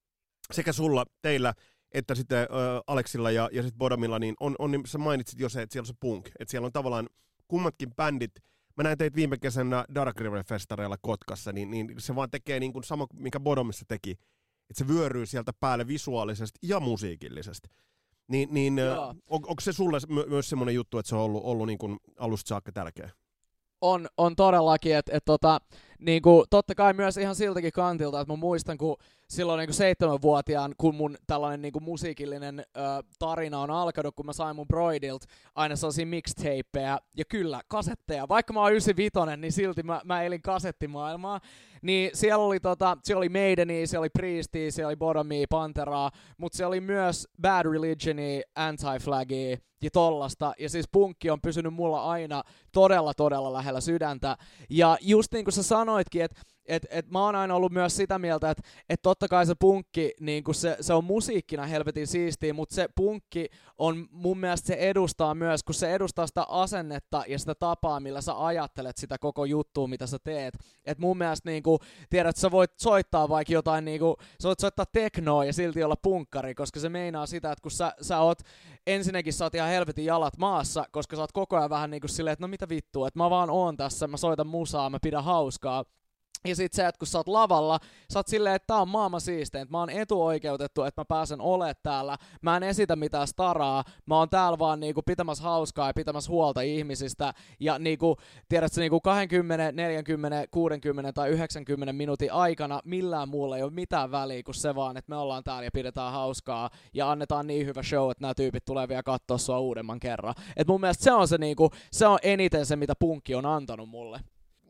sekä sulla, teillä, että sitten äh, Aleksilla ja, ja sitten Bodomilla, niin on, on, sä mainitsit jo se, että siellä on se punk, että siellä on tavallaan kummatkin bändit. Mä näin teitä viime kesänä Dark River-festareilla Kotkassa, niin, niin se vaan tekee niin kuin sama, minkä Bodomissa teki. Että se vyöryy sieltä päälle visuaalisesti ja musiikillisesti. Niin, niin on, onko se sulle my- myös semmoinen juttu, että se on ollut, ollut niin kuin alusta saakka tärkeä? On, on todellakin, että et tota, niinku, totta kai myös ihan siltäkin kantilta, että mä muistan, kun silloin niinku seitsemänvuotiaan, kun mun tällainen niinku musiikillinen ö, tarina on alkanut, kun mä sain mun broidilt aina sellaisia mixtapeja, ja kyllä, kasetteja. Vaikka mä oon yhdeksänkymmentäviisi, niin silti mä, mä elin kasettimaailmaa. Niin siellä oli, tota, siellä oli Maidenia, siellä oli Priestia, siellä oli Bodomia, Panteraa, mutta siellä oli myös Bad Religionia, Anti-Flagia ja tollasta. Ja siis punkki on pysynyt mulla aina todella, todella lähellä sydäntä. Ja just niin kuin sä sanoitkin, että et, et mä oon aina ollut myös sitä mieltä, että et totta kai se punkki, niin se, se on musiikkina helvetin siistiä, mutta se punkki on mun mielestä se edustaa myös, kun se edustaa sitä asennetta ja sitä tapaa, millä sä ajattelet sitä koko juttua, mitä sä teet. Et mun mielestä niinku, tiedät, että sä voit soittaa vaikka jotain, niinku, sä voit soittaa teknoa ja silti olla punkkari, koska se meinaa sitä, että kun sä, sä oot, ensinnäkin sä oot ihan helvetin jalat maassa, koska sä oot koko ajan vähän niinku silleen, että no mitä vittua, että mä vaan oon tässä, mä soitan musaa, mä pidän hauskaa. Ja sit se, että kun sä oot lavalla, sä oot silleen, että tää on maailman siistein, että mä oon etuoikeutettu, että mä pääsen olemaan täällä, mä en esitä mitään staraa, mä oon täällä vaan niinku pitämässä hauskaa ja pitämässä huolta ihmisistä, ja niinku, tiedätkö, niinku kaksikymmentä, neljäkymmentä, kuusikymmentä tai yhdeksänkymmentä minuutin aikana millään muulla ei ole mitään väliä kuin se vaan, että me ollaan täällä ja pidetään hauskaa, ja annetaan niin hyvä show, että nämä tyypit tulee vielä katsoa sua uudemman kerran. Et mun mielestä se on se niinku, se on eniten se, mitä punkki on antanut mulle.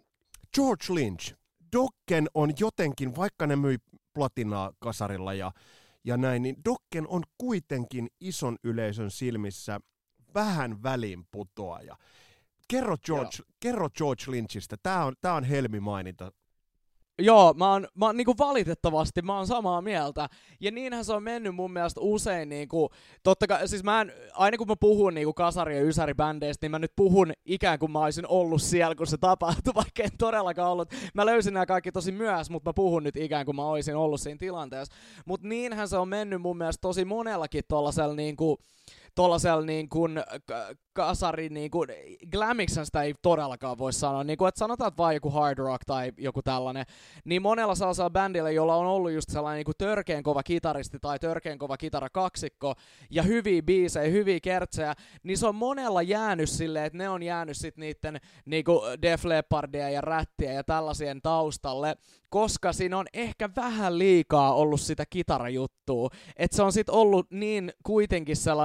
George Lynch. Dokken on jotenkin, vaikka ne myi platinaa kasarilla ja, ja näin, niin Dokken on kuitenkin ison yleisön silmissä vähän väliinputoaja. Kerro George, kerro George Lynchistä, tää on, tää on helmimaininta. Joo, mä oon, mä oon niinku valitettavasti, mä oon samaa mieltä. Ja niinhän se on mennyt mun mielestä usein niinku, totta kai, siis mä en, aina kun mä puhun niinku kasari- ja ysäribändeistä, niin mä nyt puhun ikään kuin mä olisin ollut siellä, kun se tapahtui, vaikka en todellakaan ollut. Mä löysin nämä kaikki tosi myös, mutta mä puhun nyt ikään kuin mä olisin ollut siinä tilanteessa. Mut niinhän se on mennyt mun mielestä tosi monellakin tollasella niinku, tollasella niin kuin kasari, niin kuin, glamiksen sitä ei todellakaan voi sanoa, niin kuin, että sanotaan, että vaan joku hard rock tai joku tällainen, niin monella sellaisella bändillä, jolla on ollut just sellainen niin kuin törkeen kova kitaristi tai törkeen kova kitarakaksikko ja hyviä biisejä, hyviä kertsejä, niin se on monella jäänyt silleen, että ne on jäänyt sitten niiden niin kuin Def Leppardia ja rättiä ja tällaisien taustalle, koska siinä on ehkä vähän liikaa ollut sitä kitarajuttua, että se on sitten ollut niin kuitenkin sellainen niin kuin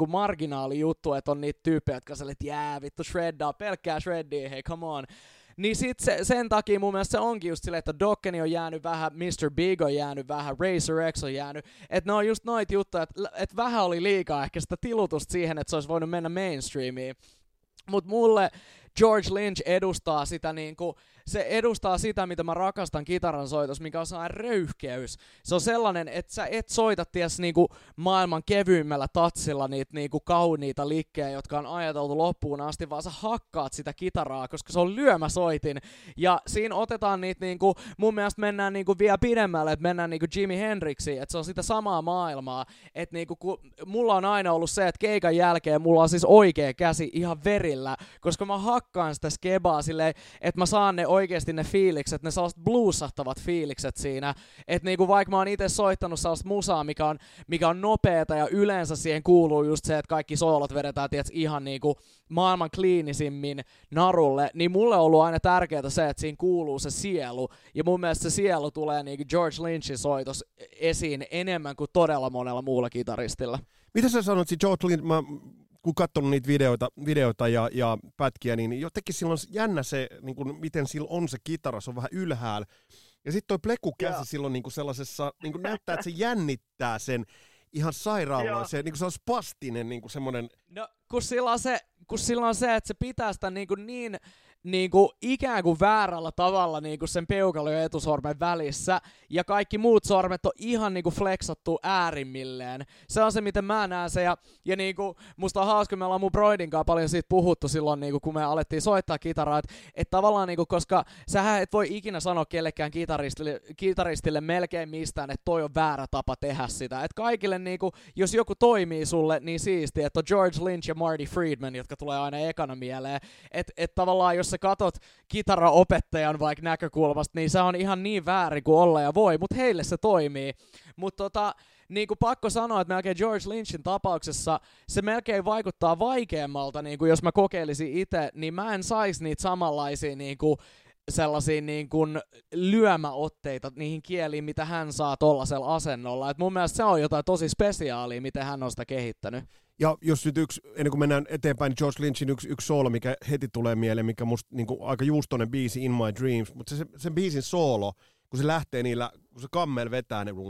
marginaali juttu, että on niitä tyyppejä, jotka sanoo, että jää vittu shreddaa, pelkkää shreddia, hei come on. Niin sit se, sen takia mun mielestä se onkin just silleen, että Dokkeni on jäänyt vähän, mister Big on jäänyt vähän, Razor X on jäänyt. Että ne on just noita juttuja, että et vähän oli liikaa ehkä sitä tilutusta siihen, että se olisi voinut mennä mainstreamiin. Mut mulle George Lynch edustaa sitä niinku, se edustaa sitä, mitä mä rakastan kitaran soitossa, mikä on sellainen röyhkeys. Se on sellainen, että sä et soita ties niinku maailman kevyimmällä tatsilla niitä niinku kauniita likkejä, jotka on ajateltu loppuun asti, vaan sä hakkaat sitä kitaraa, koska se on lyömäsoitin. Ja siinä otetaan niitä niinku, mun mielestä mennään niinku vielä pidemmälle, että mennään niinku Jimi Hendrixiin, että se on sitä samaa maailmaa. Että niinku, ku, mulla on aina ollut se, että keikan jälkeen mulla on siis oikea käsi ihan verillä, koska mä hakkaan sitä skebaa silleen, että mä saan ne oikeesti ne fiilikset, ne sellaiset bluesahtavat fiilikset siinä, että niinku vaikka mä oon itse soittanut sellaista musaa, mikä on, mikä on nopeeta ja yleensä siihen kuuluu just se, että kaikki soolot vedetään tiiäts, ihan niinku maailman kliinisimmin narulle, niin mulle on ollut aina tärkeää se, että siinä kuuluu se sielu, ja mun mielestä se sielu tulee niinku George Lynchin soitos esiin enemmän kuin todella monella muulla kitaristilla. Mitä sä sanot, George Lynch, mä kun katsonut niitä videoita, videoita ja, ja pätkiä, niin jotenkin silloin jännä se, niin kuin, miten sillä on se kitara, se on vähän ylhäällä. Ja sitten toi plekukäsi yeah. silloin niin kuin sellaisessa, niin kuin näyttää, että se jännittää sen ihan sairaalla, se, niin kuin se on spastinen niin kuin semmoinen. No, kun sillä on se, kun sillä on se että se pitää sitä niin, kuin niin niinku ikään kuin väärällä tavalla niinku sen peukalon ja etusormen välissä, ja kaikki muut sormet on ihan niinku flexattu äärimmilleen. Se on se, miten mä näen se, ja, ja niinku, musta on hauska, me ollaan mun broidin kanssa paljon siitä puhuttu silloin, niinku, kun me alettiin soittaa kitaraa, että et tavallaan, niinku, koska sähän et voi ikinä sanoa kellekään kitaristille, kitaristille melkein mistään, että toi on väärä tapa tehdä sitä. Et kaikille, niinku, jos joku toimii sulle, niin siistiä, että on George Lynch ja Marty Friedman, jotka tulee aina ekana mieleen, että et tavallaan, jos sä katot kitaraopettajan vaikka näkökulmasta, niin se on ihan niin väärin kuin olla ja voi, mutta heille se toimii. Mutta tota, niinku pakko sanoa, että melkein George Lynchin tapauksessa se melkein vaikuttaa vaikeammalta, niinku jos mä kokeilisin itse, niin mä en saisi niitä samanlaisia niinku sellaisia niin kuin lyömäotteita niihin kieliin, mitä hän saa tollasella asennolla. Et mun mielestä se on jotain tosi spesiaalia, miten hän on sitä kehittänyt. Ja jos nyt yksi, ennen kuin mennään eteenpäin, niin George Lynchin yksi, yksi soolo, mikä heti tulee mieleen, mikä on musta niin kuin aika juustoinen biisi, In My Dreams, mutta se, sen biisin soolo, kun se lähtee niillä, kun se kammel vetää ne,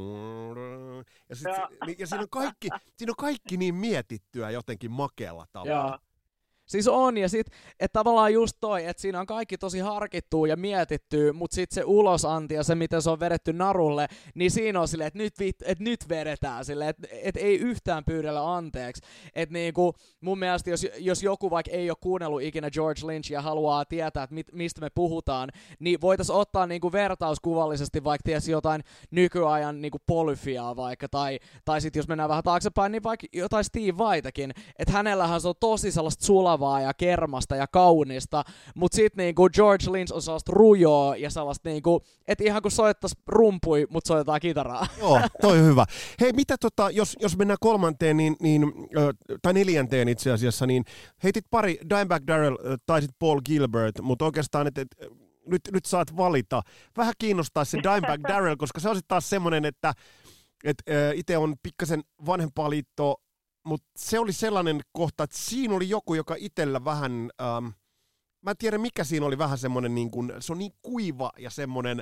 ja, sit se, ja siinä, on kaikki, siinä on kaikki niin mietittyä jotenkin makealla tavalla. Ja. Siis on, ja sit, että tavallaan just toi, että siinä on kaikki tosi harkittua ja mietittyä, mut sit se ulosanti ja se, miten se on vedetty narulle, niin siinä on silleen, että nyt, et nyt vedetään silleen, että et ei yhtään pyydellä anteeksi. Että niinku, mun mielestä, jos, jos joku vaikka ei ole kuunnellut ikinä George Lynch ja haluaa tietää, että mit, mistä me puhutaan, niin voitaisiin ottaa niinku vertauskuvallisesti vaikka ties jotain nykyajan niinku Polyphiaa vaikka, tai, tai sit jos mennään vähän taaksepäin, niin vaikka jotain Steve Vaitakin, että hänellähän se on tosi sellaista sulavaa ja kermasta ja kaunista, mut sit niinku George Lynch on sellaista rujoa ja sellaista niinku, et ihan kun soittais rumpui, mut soitetaan kitaraa. Joo, toi on hyvä. Hei, mitä tota, jos, jos mennään kolmanteen, niin, niin, tai neljänteen itse asiassa, niin heitit pari, Dimebag Darrell tai sit Paul Gilbert, mutta oikeastaan, että et, nyt, nyt saat valita. Vähän kiinnostaa se Dimebag Darrell, koska se on sitten taas semmonen, että et, itse on pikkasen vanhempaa liittoa, mutta se oli sellainen kohta, että siinä oli joku, joka itsellä vähän, ähm, mä en tiedä mikä siinä oli vähän semmoinen, niin kuin, se on niin kuiva ja semmoinen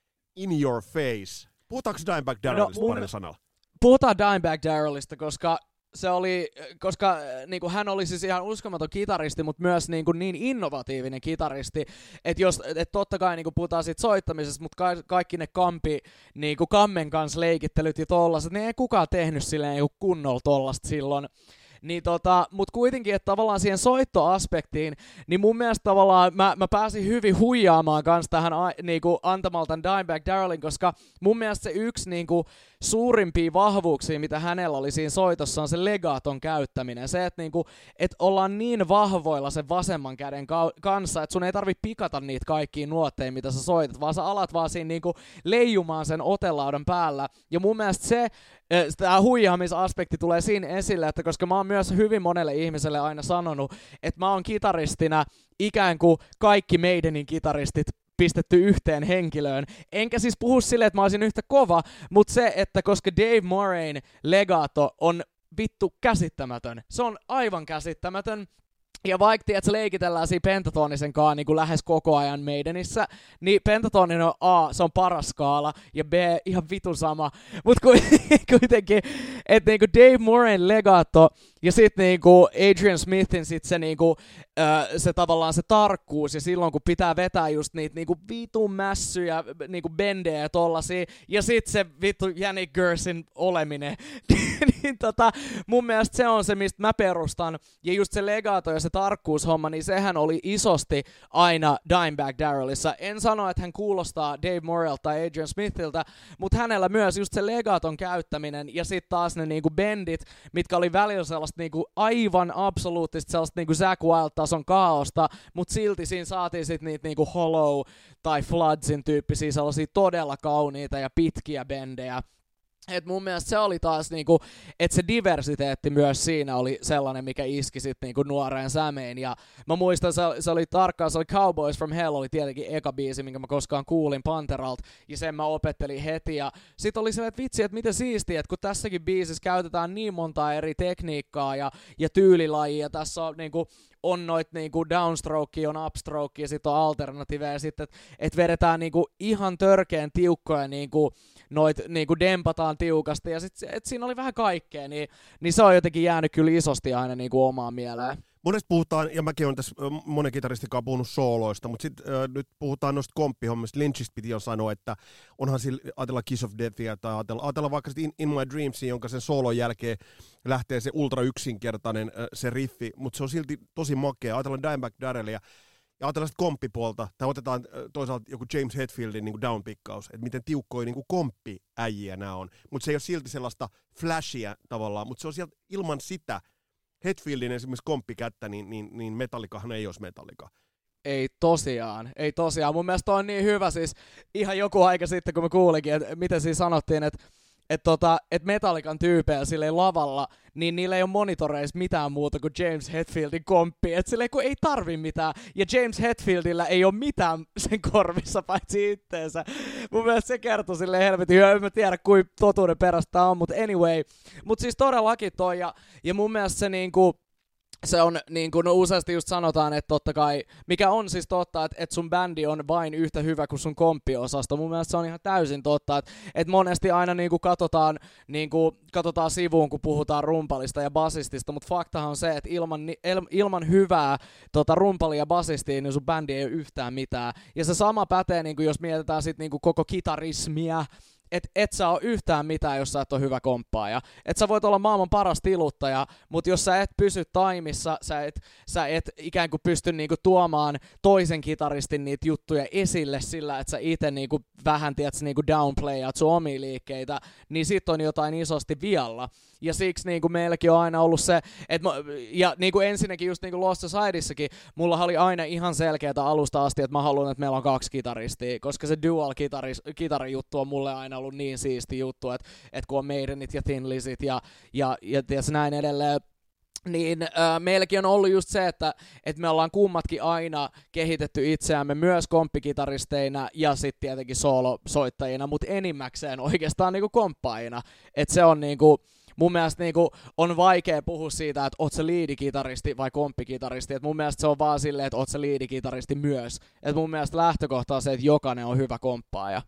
in your face. Puhutaanko Dimebag Darrellista no, parin sanalla? Puhutaan Dimebag Darrellista, koska se oli, koska niin kuin hän oli siis ihan uskomaton kitaristi, mutta myös niin, kuin niin innovatiivinen kitaristi, että jos, et totta kai niin kuin puhutaan siitä soittamisesta, mutta ka- kaikki ne kampi, niin kuin kammen kanssa leikittelyt ja tollaset, niin ei kukaan tehnyt silleen niin kunnolla tollasta silloin. Niin tota, mut kuitenkin, että tavallaan siihen soittoaspektiin, niin mun mielestä tavallaan mä, mä pääsin hyvin huijaamaan kanssa tähän niinku, antamalta Dimebag Darrellin, koska mun mielestä se yksi niinku, suurimpia vahvuuksia, mitä hänellä oli siinä soitossa, on se legaton käyttäminen. Se, että niinku, et ollaan niin vahvoilla sen vasemman käden ka- kanssa, että sun ei tarvitse pikata niitä kaikkia nuotteja, mitä sä soitat, vaan sä alat vaan siinä niinku, leijumaan sen otelaudan päällä. Ja mun mielestä se, tämä huijaamisaspekti tulee siinä esille, että koska mä oon myös hyvin monelle ihmiselle aina sanonut, että mä oon kitaristina ikään kuin kaikki meidänin kitaristit pistetty yhteen henkilöön. Enkä siis puhu silleen, että mä olisin yhtä kova, mutta se, että koska Dave Murrayn legato on vittu käsittämätön. Se on aivan käsittämätön. Ja vaikka tiedät, leikitellään siinä Pentatonisen kanssa niin kuin lähes koko ajan Maidenissä, niin Pentatonin on A, se on paras skaala, ja B, ihan vitun sama. Mut kuitenkin, että niinku Dave Murrayn legato, ja sit niinku Adrian Smithin sit se niinku, äh, se tavallaan se tarkkuus, ja silloin kun pitää vetää just niitä niinku vitun mässyjä, niinku bendejä ja tollasia, ja sit se vittu Yannick Gersin oleminen, niin tota, mun mielestä se on se, mistä mä perustan, ja just se legato ja se tarkkuushomma, niin sehän oli isosti aina Dimebag Darrellissa. En sano, että hän kuulostaa Dave Murraylta tai Adrian Smithiltä, mutta hänellä myös just se legaton käyttäminen ja sitten taas ne niinku bendit, mitkä oli välillä sellaista niinku aivan absoluuttista sellaista niinku Zakk Wylde-tason kaaosta, mutta silti siinä saatiin sitten niitä niinku Hollow tai Floodsin tyyppisiä sellaisia todella kauniita ja pitkiä bendejä. Et mun mielestä se oli taas niinku, että se diversiteetti myös siinä oli sellainen, mikä iski sit niinku nuoreen sämeen. Ja mä muistan, se, se oli tarkkaan, se oli Cowboys from Hell, oli tietenkin eka biisi, minkä mä koskaan kuulin Pantheralt, ja sen mä opettelin heti. Ja sit oli se, että vitsi, että miten siistiä, että kun tässäkin biisissä käytetään niin montaa eri tekniikkaa ja, ja tyylilajia, tässä on niinku, on noit niinku downstroke, on upstroke ja sit on alternative, ja sitten, että et vedetään niinku ihan törkeen tiukkoja niinku noit niinku dempataan tiukasti, ja sit et siinä oli vähän kaikkea, niin, niin se on jotenkin jäänyt kyllä isosti aina niinku omaan mieleen. Monesti puhutaan, ja mäkin olen tässä monen kitaristin kanssa puhunut sooloista, mutta sitten äh, nyt puhutaan noista komppihommista. Lynchistä piti jo sanoa, että onhan sillä, ajatella Kiss of Deathia tai ajatella, ajatella vaikka in, in My Dreamsia, jonka sen soolon jälkeen lähtee se ultra yksinkertainen äh, se riffi, mutta se on silti tosi makea. Ajatellaan Dimebag Darrellia ja ajatellaan sitten komppipuolta, tai otetaan äh, toisaalta joku James Hetfieldin niin kuin downpikkaus, että miten tiukkoja niin kuin komppiäjiä nämä on. Mutta se ei ole silti sellaista flashia tavallaan, mutta se on sieltä ilman sitä, Hetfieldin esimerkiksi komppikättä, niin, niin, niin Metallicahan ei olisi Metallica. Ei tosiaan, ei tosiaan. Mun mielestä on niin hyvä siis, ihan joku aika sitten, kun mä kuulinkin, että miten siinä sanottiin, että et tota, et Metallican tyypeillä silleen lavalla, niin niillä ei ole monitoreissa mitään muuta kuin James Hetfieldin komppi. Et silleen kun ei tarvi mitään. Ja James Hetfieldillä ei ole mitään sen korvissa paitsi itteensä. Mun mielestä se kertoo silleen helvetin hyvä. En mä tiedä kuinka totuuden perästä on, mutta anyway. Mut siis todellakin toi. Ja, ja mun mielestä se niinku... Se on niin kuin no useasti just sanotaan, että totta kai, mikä on siis totta, että, että sun bändi on vain yhtä hyvä kuin sun komppiosasto. Mun mielestä se on ihan täysin totta, että, että monesti aina niin kuin katsotaan, niin kuin katsotaan sivuun, kun puhutaan rumpalista ja basistista, mutta faktahan on se, että ilman, ilman hyvää tota, rumpalia ja basistia, niin sun bändi ei ole yhtään mitään. Ja se sama pätee, niin kuin jos mietitään sit niin kuin koko kitarismia, että et sä oo yhtään mitään, jos sä et ole hyvä komppaaja. Et sä voit olla maailman paras tiluttaja, mutta jos sä et pysy taimissa, sä et, sä et ikään kuin pysty niinku tuomaan toisen kitaristin niitä juttuja esille sillä, että sä ite niinku vähän tiedät, niinku downplayaat sun omia liikkeitä, niin sit on jotain isosti vialla. Ja siksi niinku meilläkin on aina ollut se, että ja niinku ensinnäkin just niinku Lost Societyssakin, mulla oli aina ihan selkeätä alusta asti, että mä haluan, että meillä on kaksi kitaristia, koska se dual kitarijuttu on mulle aina ollut niin siisti juttu, että, että kun on Maidenit ja Thin Lizzyt ja, ja, ja ties näin edelleen, niin äh, meilläkin on ollut just se, että, että me ollaan kummatkin aina kehitetty itseämme myös komppikitaristeina ja sitten tietenkin soolosoittajina, mutta enimmäkseen oikeastaan niinku komppaajina, että se on niinku mun mielestä niinku on vaikea puhua siitä, että oot sä liidikitaristi vai komppikitaristi. Et mun mielestä se on vaan silleen, että oot sä liidikitaristi myös. Et mun mielestä lähtökohta on se, että jokainen on hyvä komppaaja.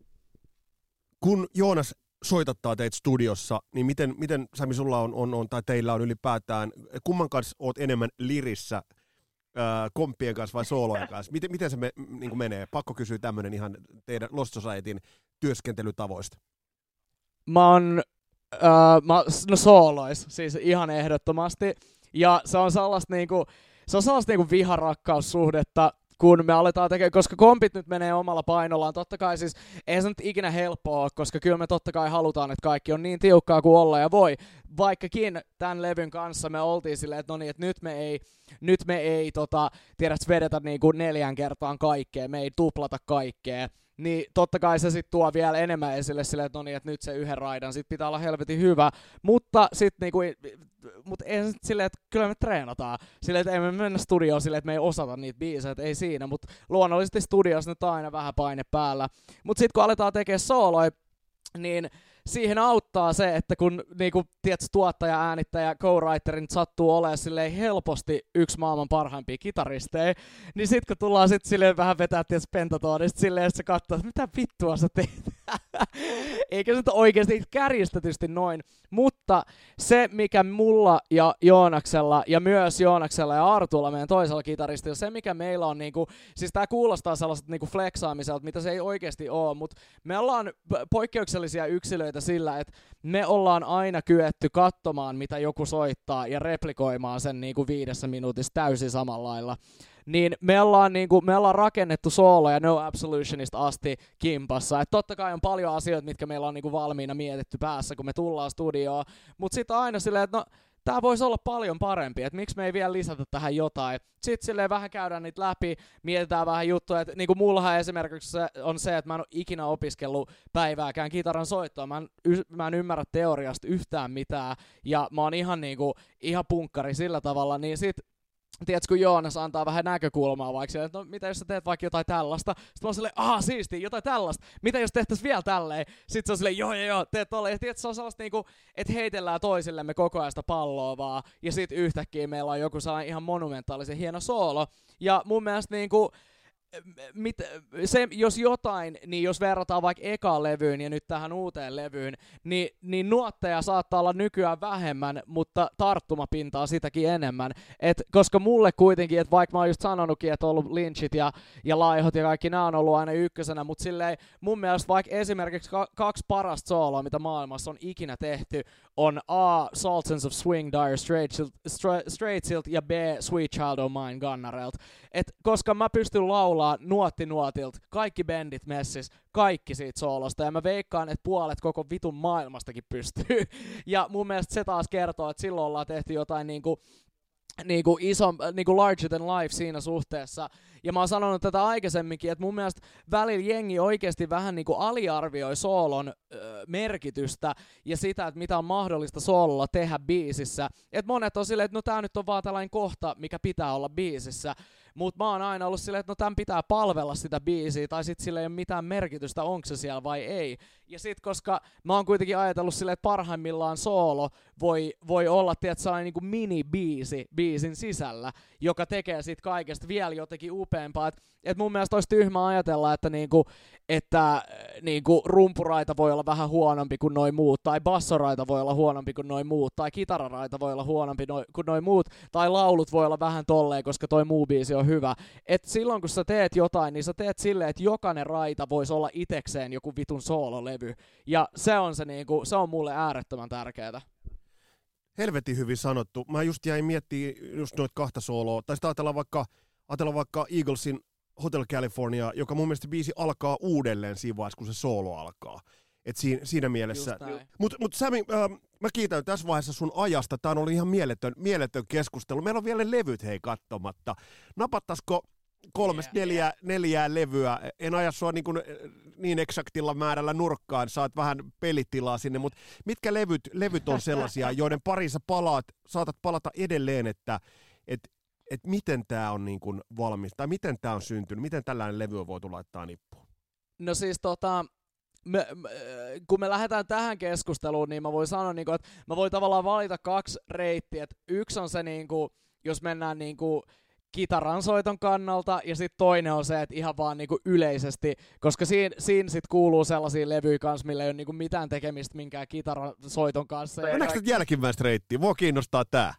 Kun Joonas soitattaa teitä studiossa, niin miten, miten Sami, sulla on, on, on, tai teillä on ylipäätään, kumman kanssa oot enemmän lirissä, ää, komppien kanssa vai soolojen kanssa? Miten, miten se me, niin kuin menee? Pakko kysyä tämmöinen ihan teidän Lost Societyn työskentelytavoista. Mä oon Uh, mä, no soolois, siis ihan ehdottomasti. Ja se on sellaista niinku, se on sellaista niinku viharakkaussuhdetta, kun me aletaan tekemään, koska kompit nyt menee omalla painollaan. Totta kai siis, ei se nyt ikinä helppoa ole, koska kyllä me totta kai halutaan, että kaikki on niin tiukkaa kuin olla ja voi. Vaikkakin tämän levyn kanssa me oltiin silleen, että no niin, että nyt me ei, nyt me ei tota, tiedät, vedetä niinku neljän kertaan kaikkea, me ei tuplata kaikkea. Niin totta kai se sit tuo vielä enemmän esille silleen, että no niin, että nyt se yhden raidan sit pitää olla helvetin hyvä, mutta sit niinku, mut ei sit silleen, että kyllä me treenataan silleen, että ei me mennä studioon silleen, että me ei osata niitä biisejä, että ei siinä, mutta luonnollisesti studiossa nyt on aina vähän paine päällä, mut sit kun aletaan tekemään sooloja, niin siihen auttaa se, että kun niinku, tiedätkö, tuottaja, äänittäjä, co-writerin sattuu olemaan silleen helposti yksi maailman parhaimpia kitaristeja, niin sit kun tullaan sit silleen vähän vetää tiedätkö, pentatoonista silleen, että sä katsoo, että mitä vittua sä teet. Eikä se nyt oikeasti kärjistetysti noin, mutta se mikä mulla ja Joonaksella ja myös Joonaksella ja Artulla meidän toisella kitaristilla, se mikä meillä on niinku, siis tää kuulostaa sellaiset niinku flexaamiselta, mitä se ei oikeasti oo, mutta me ollaan poikkeuksellisia yksilöitä sillä, että me ollaan aina kyetty katsomaan mitä joku soittaa ja replikoimaan sen niinku viidessä minuutissa täysin samalla lailla. Niin me ollaan, niinku, me ollaan rakennettu sooloja No Absolutionista asti kimpassa. Et totta kai on paljon asioita, mitkä meillä on niinku valmiina mietitty päässä, kun me tullaan studioon. Mut sitten aina silleen, että no, tää voisi olla paljon parempi, että miksi me ei vielä lisätä tähän jotain. Sitten silleen vähän käydään niitä läpi, mietitään vähän juttuja. Et niinku mullahan esimerkiksi se on se, että mä en ole ikinä opiskellut päivääkään kitaran soittoa. Mä en, y- mä en ymmärrä teoriasta yhtään mitään. Ja mä oon ihan, niinku, ihan punkkari sillä tavalla, niin sit tiedätkö, kun Joonas antaa vähän näkökulmaa vaikka, että no mitä jos sä teet vaikka jotain tällaista, sitten mä oon silleen, aha siistiä, jotain tällaista, mitä jos tehtäis vielä tälleen, sitten se on silleen, joo joo joo, teet tolleen, ja tiedätkö, se on sellaista niinku, että heitellään toisillemme koko ajan sitä palloa vaan, ja sit yhtäkkiä meillä on joku sellainen ihan monumentaalisen hieno soolo, ja mun mielestä niinku, Mit, se, jos jotain, niin jos verrataan vaikka ekaan levyyn ja nyt tähän uuteen levyyn, niin, niin nuotteja saattaa olla nykyään vähemmän, mutta tarttumapintaa sitäkin enemmän. Et, koska mulle kuitenkin, että vaikka mä oon just sanonutkin, että on ollut Lynchit ja, ja Laihot ja kaikki nämä on ollut aina ykkösenä, mutta silleen mun mielestä vaikka esimerkiksi ka- kaksi parasta sooloa, mitä maailmassa on ikinä tehty, on A. Sultans of Swing Dire Straitsilta, Straitsilta ja B. Sweet Child O' Mine Gunnarelta. Et koska mä pystyn laulaa nuotti nuotilta, kaikki bändit messis, kaikki siitä soolosta, ja mä veikkaan, että puolet koko vitun maailmastakin pystyy. Ja mun mielestä se taas kertoo, että silloin ollaan tehty jotain niinku, niinku iso, niinku larger than life siinä suhteessa. Ja mä oon sanonut tätä aikaisemminkin, että mun mielestä välillä jengi oikeasti vähän niinku aliarvioi soolon öö, merkitystä ja sitä, että mitä on mahdollista soololla tehdä biisissä. Et monet on silleen, että no tää nyt on vaan tällainen kohta, mikä pitää olla biisissä. Mut mä oon aina ollut silleen, että no tän pitää palvella sitä biisiä, tai sit sillä ei ole mitään merkitystä, onko se siellä vai ei. Ja sit koska mä oon kuitenkin ajatellut silleen, että parhaimmillaan soolo voi, voi olla, tiedät, sellainen niinku mini-biisi biisin sisällä, joka tekee sit kaikesta vielä jotenkin upeampaa. Et, et mun mielestä olisi tyhmä ajatella, että, niinku, että niinku rumpuraita voi olla vähän huonompi kuin noi muut, tai bassoraita voi olla huonompi kuin noi muut, tai kitararaita voi olla huonompi noi, kuin noi muut, tai laulut voi olla vähän tolleen, koska toi muu biisi on hyvä. Et silloin kun sä teet jotain, niin sä teet silleen, että jokainen raita voisi olla itekseen joku vitun soololevy. Ja se on, se, niinku, se on mulle äärettömän tärkeää. Helvetin hyvin sanottu. Mä just jäin miettimään just noita kahta sooloa. Tai sitten ajatellaan vaikka, ajatellaan vaikka Eaglesin Hotel California, joka mun mielestä biisi alkaa uudelleen siinä vaiheessa, kun se soolo alkaa. Et siinä, siinä mielessä. Mutta mut Sami, äh, mä kiitän tässä vaiheessa sun ajasta. Tää on ollut ihan mieletön, mieletön keskustelu. Meillä on vielä levyt hei katsomatta. Napattaisiko kolmesta yeah, neljää, yeah. neljää levyä? En aja sua niin, kuin, niin eksaktilla määrällä nurkkaan, saat vähän pelitilaa sinne, mutta mitkä levyt, levyt on sellaisia, joiden parissa palaat, saatat palata edelleen, että et, et miten tämä on niin kuin valmis, tai miten tämä on syntynyt, miten tällainen levy on voitu laittaa nippuun? No siis tota... Me, me, kun me lähdetään tähän keskusteluun, niin mä voin sanoa, niin kuin, että mä voin tavallaan valita kaksi reittiä. Et yksi on se, niin kuin, jos mennään niin kuin, kitaransoiton kannalta, ja sitten toinen on se, että ihan vaan niin kuin, yleisesti, koska siinä, siinä sitten kuuluu sellaisia levyjä kanssa, millä ei ole niin kuin, mitään tekemistä minkään kitaransoiton kanssa. Mennäänkö nyt jälkimmäistä reittiä? Mua kiinnostaa tää.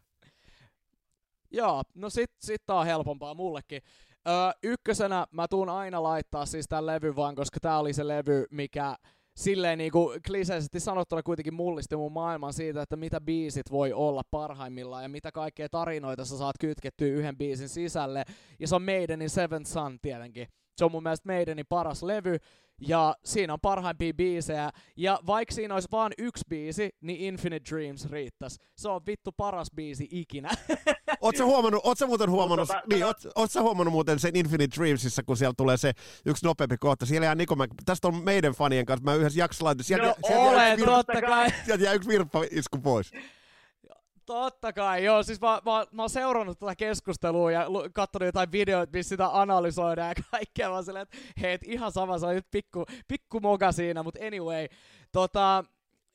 Joo, no sit, sit tää on helpompaa mullekin. Öö, ykkösenä mä tuun aina laittaa siis tän levy vaan, koska tää oli se levy, mikä silleen niinku kliseisesti sanottuna kuitenkin mullisti mun maailman siitä, että mitä biisit voi olla parhaimmillaan ja mitä kaikkea tarinoita sä saat kytkettyä yhden biisin sisälle. Ja se on Maidenin Seventh Son tietenkin. Se on mun mielestä Maidenin paras levy. Ja siinä on parhaimpia biisejä. Ja vaikka siinä olisi vaan yksi biisi, niin Infinite Dreams riittäisi. Se on vittu paras biisi ikinä. Oot sä huomannut, oot sä muuten huomannut, tota, niin, oot, oot sä huomannut muuten sen Infinite Dreamsissa, kun siellä tulee se yksi nopeampi kohta. Siellä jää Niko, tästä on meidän fanien kanssa, mä yhdessä jaksossa laitin. Sieltä, no sieltä ole, totta kai. Sieltä jää yksi virppa-isku pois. Totta kai, joo. Siis mä, mä, mä oon seurannut tätä keskustelua ja katsonut jotain videoita, missä sitä analysoidaan ja kaikkea. Mä oon silleen, että hei, ihan sama, se on nyt pikku, pikku moka siinä, mutta anyway. Tota,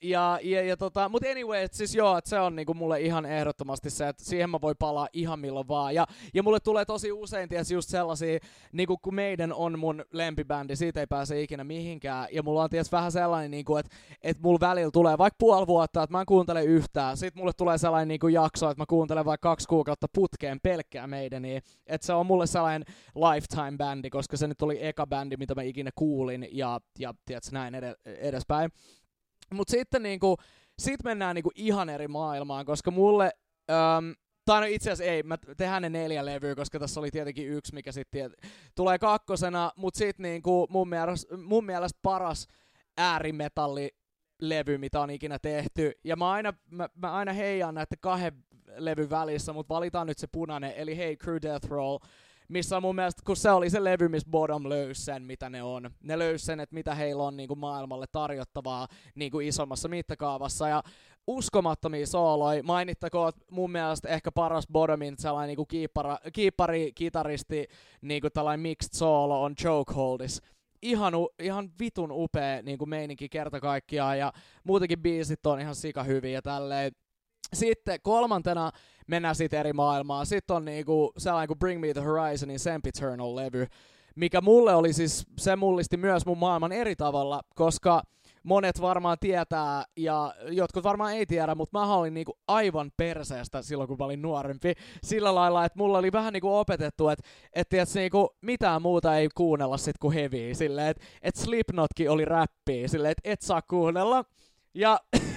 Ja, ja, ja tota, mut anyway, et siis joo, että se on niinku mulle ihan ehdottomasti se, että siihen mä voi palaa ihan milloin vaan. Ja, ja mulle tulee tosi usein tietysti just sellaisia, niinku kun meidän on mun lempibändi, siitä ei pääse ikinä mihinkään. Ja mulla on tietysti vähän sellainen, niinku, että et mulla välillä tulee vaikka puoli vuotta, että mä en kuuntele yhtään. Sitten mulle tulee sellainen niinku jakso, että mä kuuntelen vaikka kaksi kuukautta putkeen pelkkää meidäniä. Että se on mulle sellainen lifetime-bändi, koska se nyt oli eka bändi, mitä mä ikinä kuulin ja, ja tiedätkö, näin edespäin. Mut sitten niinku, sit mennään niinku ihan eri maailmaan, koska mulle, äm, tai no itse asiassa ei, mä tehdään ne neljä levyä, koska tässä oli tietenkin yksi, mikä sitten tulee kakkosena, mut sit niinku mun mielestä, mun mielestä paras äärimetallilevy, mitä on ikinä tehty, ja mä aina, mä, mä aina heijaan näiden kahden levyn välissä, mut valitaan nyt se punainen, eli Hey Crew Death Roll, missä mun mielestä, kun se oli se levy, missä Bottom löysi sen, mitä ne on. Ne löysi sen, että mitä heillä on niin kuin maailmalle tarjottavaa niin kuin isommassa mittakaavassa. Ja uskomattomia sooloja. Mainittakoon, että mun mielestä ehkä paras Bottomin sellainen niin kuin kiippara, kiippari, kitaristi, niin kuin tällainen mixed solo on Chokeholdis. Ihan, ihan vitun upea niin kuin meininki kerta kaikkiaan, ja muutenkin biisit on ihan sika hyviä ja tälleen. Sitten kolmantena mennään sitten eri maailmaan. Sitten on niinku sellainen kuin Bring Me The Horizonin Sempiternal-levy, mikä mulle oli siis, se mullisti myös mun maailman eri tavalla, koska monet varmaan tietää ja jotkut varmaan ei tiedä, mutta mä olin niinku aivan perseestä silloin, kun mä olin nuorempi. Sillä lailla, että mulla oli vähän niinku opetettu, että et, et, niinku mitään muuta ei kuunnella sit kuin heavyä. Silleen, että et Slipknotkin oli räppiä, silleen, että et saa kuunnella. Ja,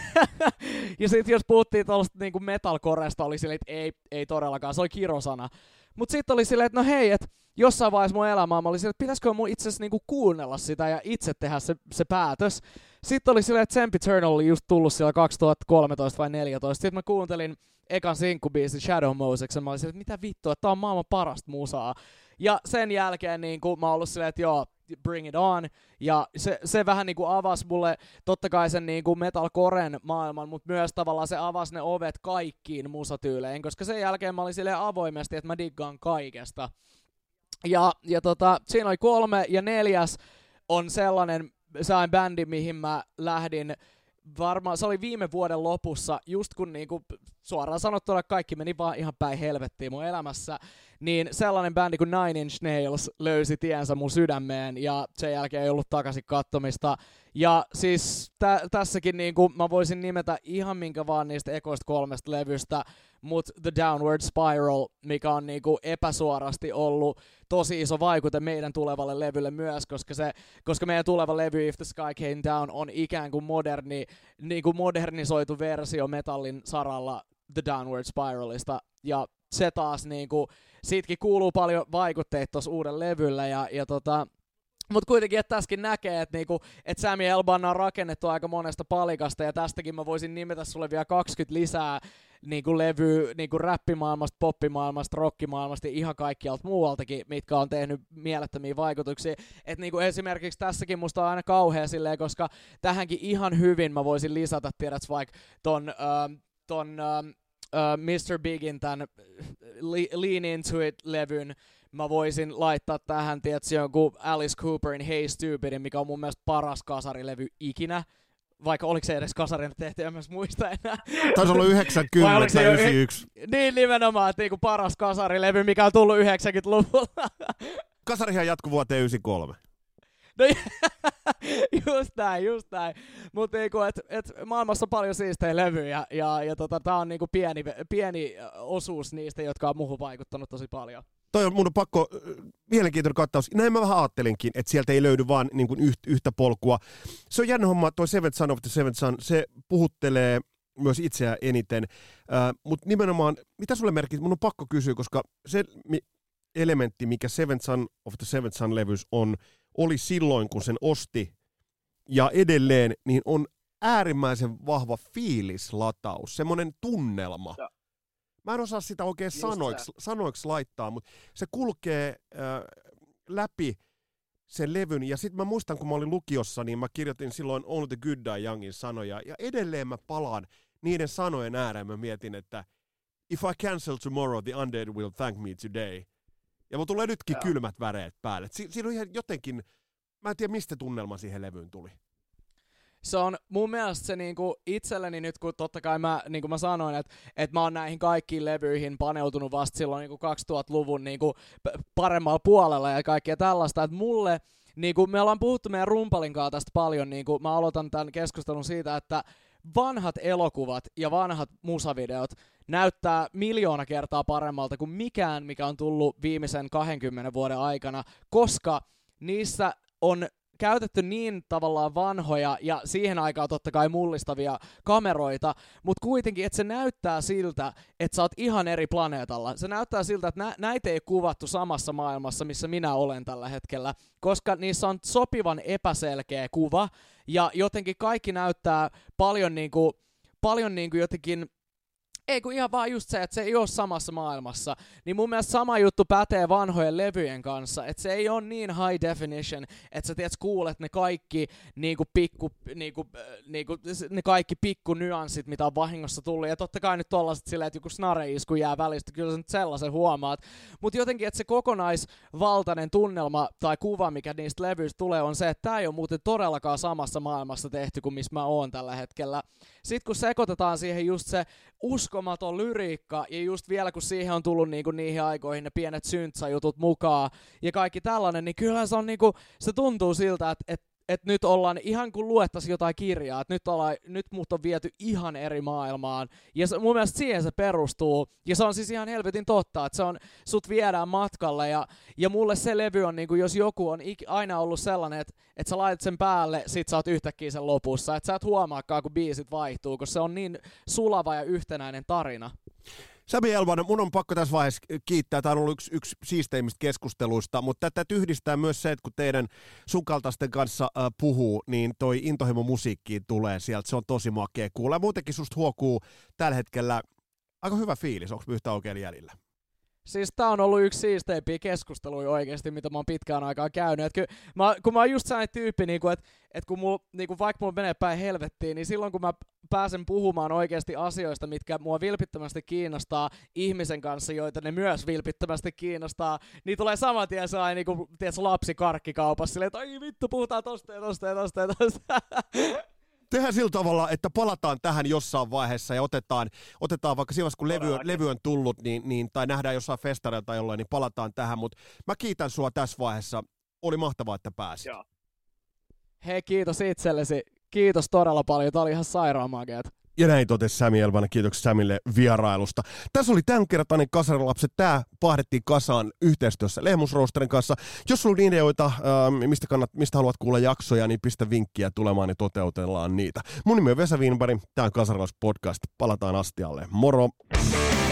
ja sitten jos puhuttiin tuollaista niinku metalcoresta, oli silleen, että ei, ei todellakaan, se oli kirosana. Mut sitten oli silleen, että no hei, että jossain vaiheessa mun elämää mä olin silleen, että pitäisikö mun itse asiassa niinku kuunnella sitä ja itse tehdä se, se päätös. Sitten oli silleen, että Sempiternal oli just tullut siellä kaksituhattakolmetoista vai neljätoista. Sitten mä kuuntelin ekan sinkkubiisin Shadow Moseksen, mä olin silleen, että mitä vittua, että tää on maailman parasta musaa. Ja sen jälkeen niinku mä oon ollut silleen, että joo, bring it on, ja se, se vähän niinku avasi mulle totta kai sen niinku metalcoren maailman, mutta myös tavallaan se avasi ne ovet kaikkiin musatyyleihin, koska sen jälkeen mä olin silleen avoimesti, että mä diggaan kaikesta. Ja, ja tota, siinä oli kolme, ja neljäs on sellainen, sellainen bändi, mihin mä lähdin varmaan, se oli viime vuoden lopussa, just kun niinku, suoraan sanottuna kaikki meni vaan ihan päin helvettiin mun elämässä, niin sellainen bändi kuin Nine Inch Nails löysi tiensä mun sydämeen, ja sen jälkeen ei ollut takaisin kattomista. Ja siis tä- tässäkin niinku, mä voisin nimetä ihan minkä vaan niistä ekoista kolmesta levystä, mut The Downward Spiral, mikä on niinku epäsuorasti ollut tosi iso vaikute meidän tulevalle levylle myös, koska, se, koska meidän tuleva levy If the Sky Came Down on ikään kuin moderni, niinku modernisoitu versio metallin saralla The Downward Spiralista, ja se taas niinku, siitäkin kuuluu paljon vaikutteita tuossa uuden levyllä, ja, ja tota, mutta kuitenkin, että tässäkin näkee, että niinku, et Sami Albarn on rakennettu aika monesta palikasta, ja tästäkin mä voisin nimetä sulle vielä kaksikymmentä lisää niinku levyä niinku räppimaailmasta, poppimaailmasta, rockimaailmasta ja ihan kaikkialta muualtakin, mitkä on tehnyt mielettömiä vaikutuksia. Et niinku esimerkiksi tässäkin musta on aina kauhea silleen, koska tähänkin ihan hyvin mä voisin lisätä, tiedätkö, vaikka ton, ähm, ton ähm, äh, mister Bigin tän Lean Into It-levyn, mä voisin laittaa tähän, tiedätkö, jonkun Alice Cooperin Hey Stupidin, mikä on mun mielestä paras kasarilevy ikinä. Vaikka oliko se edes kasarina tehty, en mä muista enää. Taisi olla yhdeksänkymmentä tai yhdeksänkymmentäyksi. Niin nimenomaan, että niinku paras kasarilevy, mikä on tullut yhdeksänkymmentäluvulla. Kasarihan jatkui vuoteen yhdeksänkymmentäkolme. No just näin, just näin. Mutta niinku, et, et maailmassa on paljon siistejä levyjä, ja, ja tota, tää on niinku pieni, pieni osuus niistä, jotka on muuhun vaikuttanut tosi paljon. Toi on mun on pakko, mielenkiintoinen kattaus. Näin mä vähän ajattelinkin, että sieltä ei löydy vaan niin kuin yhtä, yhtä polkua. Se on jännä homma, toi Seventh Son of the Seventh Son, se puhuttelee myös itseään eniten. Äh, Mutta nimenomaan, mitä sulle merkit? Mun on pakko kysyä, koska se mi- elementti, mikä Seventh Son of the Seventh Son -levys on, oli silloin, kun sen osti, ja edelleen, niin on äärimmäisen vahva fiilislataus, semmoinen tunnelma. Ja. Mä en osaa sitä oikein sanoiksi, sanoiksi laittaa, mutta se kulkee äh, läpi sen levyn. Ja sitten mä muistan, kun mä olin lukiossa, niin mä kirjoitin silloin Only the Good Die Youngin sanoja. Ja edelleen mä palaan niiden sanojen ääreen. Mä mietin, että if I cancel tomorrow, the undead will thank me today. Ja mulla tulee nytkin ja. kylmät väreet päälle. Si- siinä on ihan jotenkin, mä en tiedä mistä tunnelma siihen levyyn tuli. Se on mun mielestä se niinku itselleni nyt, kun totta kai mä, niin kuin mä sanoin, että et mä oon näihin kaikkiin levyihin paneutunut vasta silloin niinku kaksituhattaluvun niinku paremmalla puolella ja kaikkea tällaista, että mulle, niinku me ollaan puhuttu meidän rumpalinkaan tästä paljon, niinku mä aloitan tämän keskustelun siitä, että vanhat elokuvat ja vanhat musavideot näyttää miljoona kertaa paremmalta kuin mikään, mikä on tullut viimeisen kahdenkymmenen vuoden aikana, koska niissä on käytetty niin tavallaan vanhoja ja siihen aikaan totta kai mullistavia kameroita, mutta kuitenkin, että se näyttää siltä, että sä oot ihan eri planeetalla. Se näyttää siltä, että nä- näitä ei kuvattu samassa maailmassa, missä minä olen tällä hetkellä, koska niissä on sopivan epäselkeä kuva ja jotenkin kaikki näyttää paljon niinku, paljon niinku jotenkin ei kun ihan vaan just se, että se ei ole samassa maailmassa. Niin mun mielestä sama juttu pätee vanhojen levyjen kanssa, että se ei ole niin high definition, että sä tiedät, kuulet ne kaikki niinku pikku, niinku, niinku, ne kaikki pikku nyanssit, mitä on vahingossa tullut. Ja totta kai nyt tollaset silleen, että joku snare-isku jää välistä, kyllä sä nyt sellaisen huomaat. Mutta jotenkin, että se kokonaisvaltainen tunnelma tai kuva, mikä niistä levyistä tulee, on se, että tää ei ole muuten todellakaan samassa maailmassa tehty kuin missä mä oon tällä hetkellä. Sitten kun sekoitetaan siihen just se uskomaton lyriikka, ja just vielä kun siihen on tullut niinku niihin aikoihin ne pienet syntsajutut mukaan, ja kaikki tällainen, niin kyllä se on niinku, se tuntuu siltä, että et, et nyt ollaan ihan kuin luettaisiin jotain kirjaa, että nyt, ollaan, nyt mut on viety ihan eri maailmaan, ja se, mun mielestä siihen se perustuu, ja se on siis ihan helvetin totta, että se on, sut viedään matkalle, ja, ja mulle se levy on niinku, jos joku on ik, aina ollut sellainen, että et sä laitat sen päälle, sit sä oot yhtäkkiä sen lopussa, että sä et huomaakaan, kun biisit vaihtuu, koska se on niin sulava ja yhtenäinen tarina. Sami Elvan, mun on pakko tässä vaiheessa kiittää, tämä on ollut yksi, yksi siisteimmistä keskusteluista, mutta tätä yhdistää myös se, että kun teidän sun kaltaisten kanssa äh, puhuu, niin toi intohimo musiikkiin tulee sieltä, se on tosi makea kuulla. Muutenkin susta huokuu tällä hetkellä aika hyvä fiilis, onko yhtä oikein jäljellä? Siis tää on ollut yksi siisteimpiä keskusteluja oikeesti, mitä mä oon pitkään aikaan käynyt. Et ky, mä, kun mä oon just sellainen tyyppi, niinku, että et kun mul, niinku, vaikka mulla menee päin helvettiin, niin silloin kun mä pääsen puhumaan oikeasti asioista, mitkä mua vilpittömästi kiinnostaa ihmisen kanssa, joita ne myös vilpittömästi kiinnostaa, niin tulee saman tien sellainen niinku, tiedätkö, lapsi karkkikaupassa silleen, että ai vittu, puhutaan tosta ja tosta ja tosta ja tosta. Tehdään sillä tavalla, että palataan tähän jossain vaiheessa ja otetaan, otetaan vaikka siinä kun levy, levy on tullut, niin, niin, tai nähdään jossain festareilla tai jollain, niin palataan tähän, mutta mä kiitän sua tässä vaiheessa. Oli mahtavaa, että pääsit. Joo. Hei, kiitos itsellesi. Kiitos todella paljon. Tää oli ihan sairaan makeat. Ja näin totesi Sami Elvan. Kiitoksia Samille vierailusta. Tässä oli tämänkertainen Kasarilapset. Tää pahdettiin kasaan yhteistyössä Lehmus Roasterin kanssa. Jos sulla on ideoita, äh, mistä, kannat, mistä haluat kuulla jaksoja, niin pistä vinkkiä tulemaan, niin toteutellaan niitä. Mun nimi on Vesa Wienberg. Tää on Kasarilaps podcast. Palataan astialle. Moro!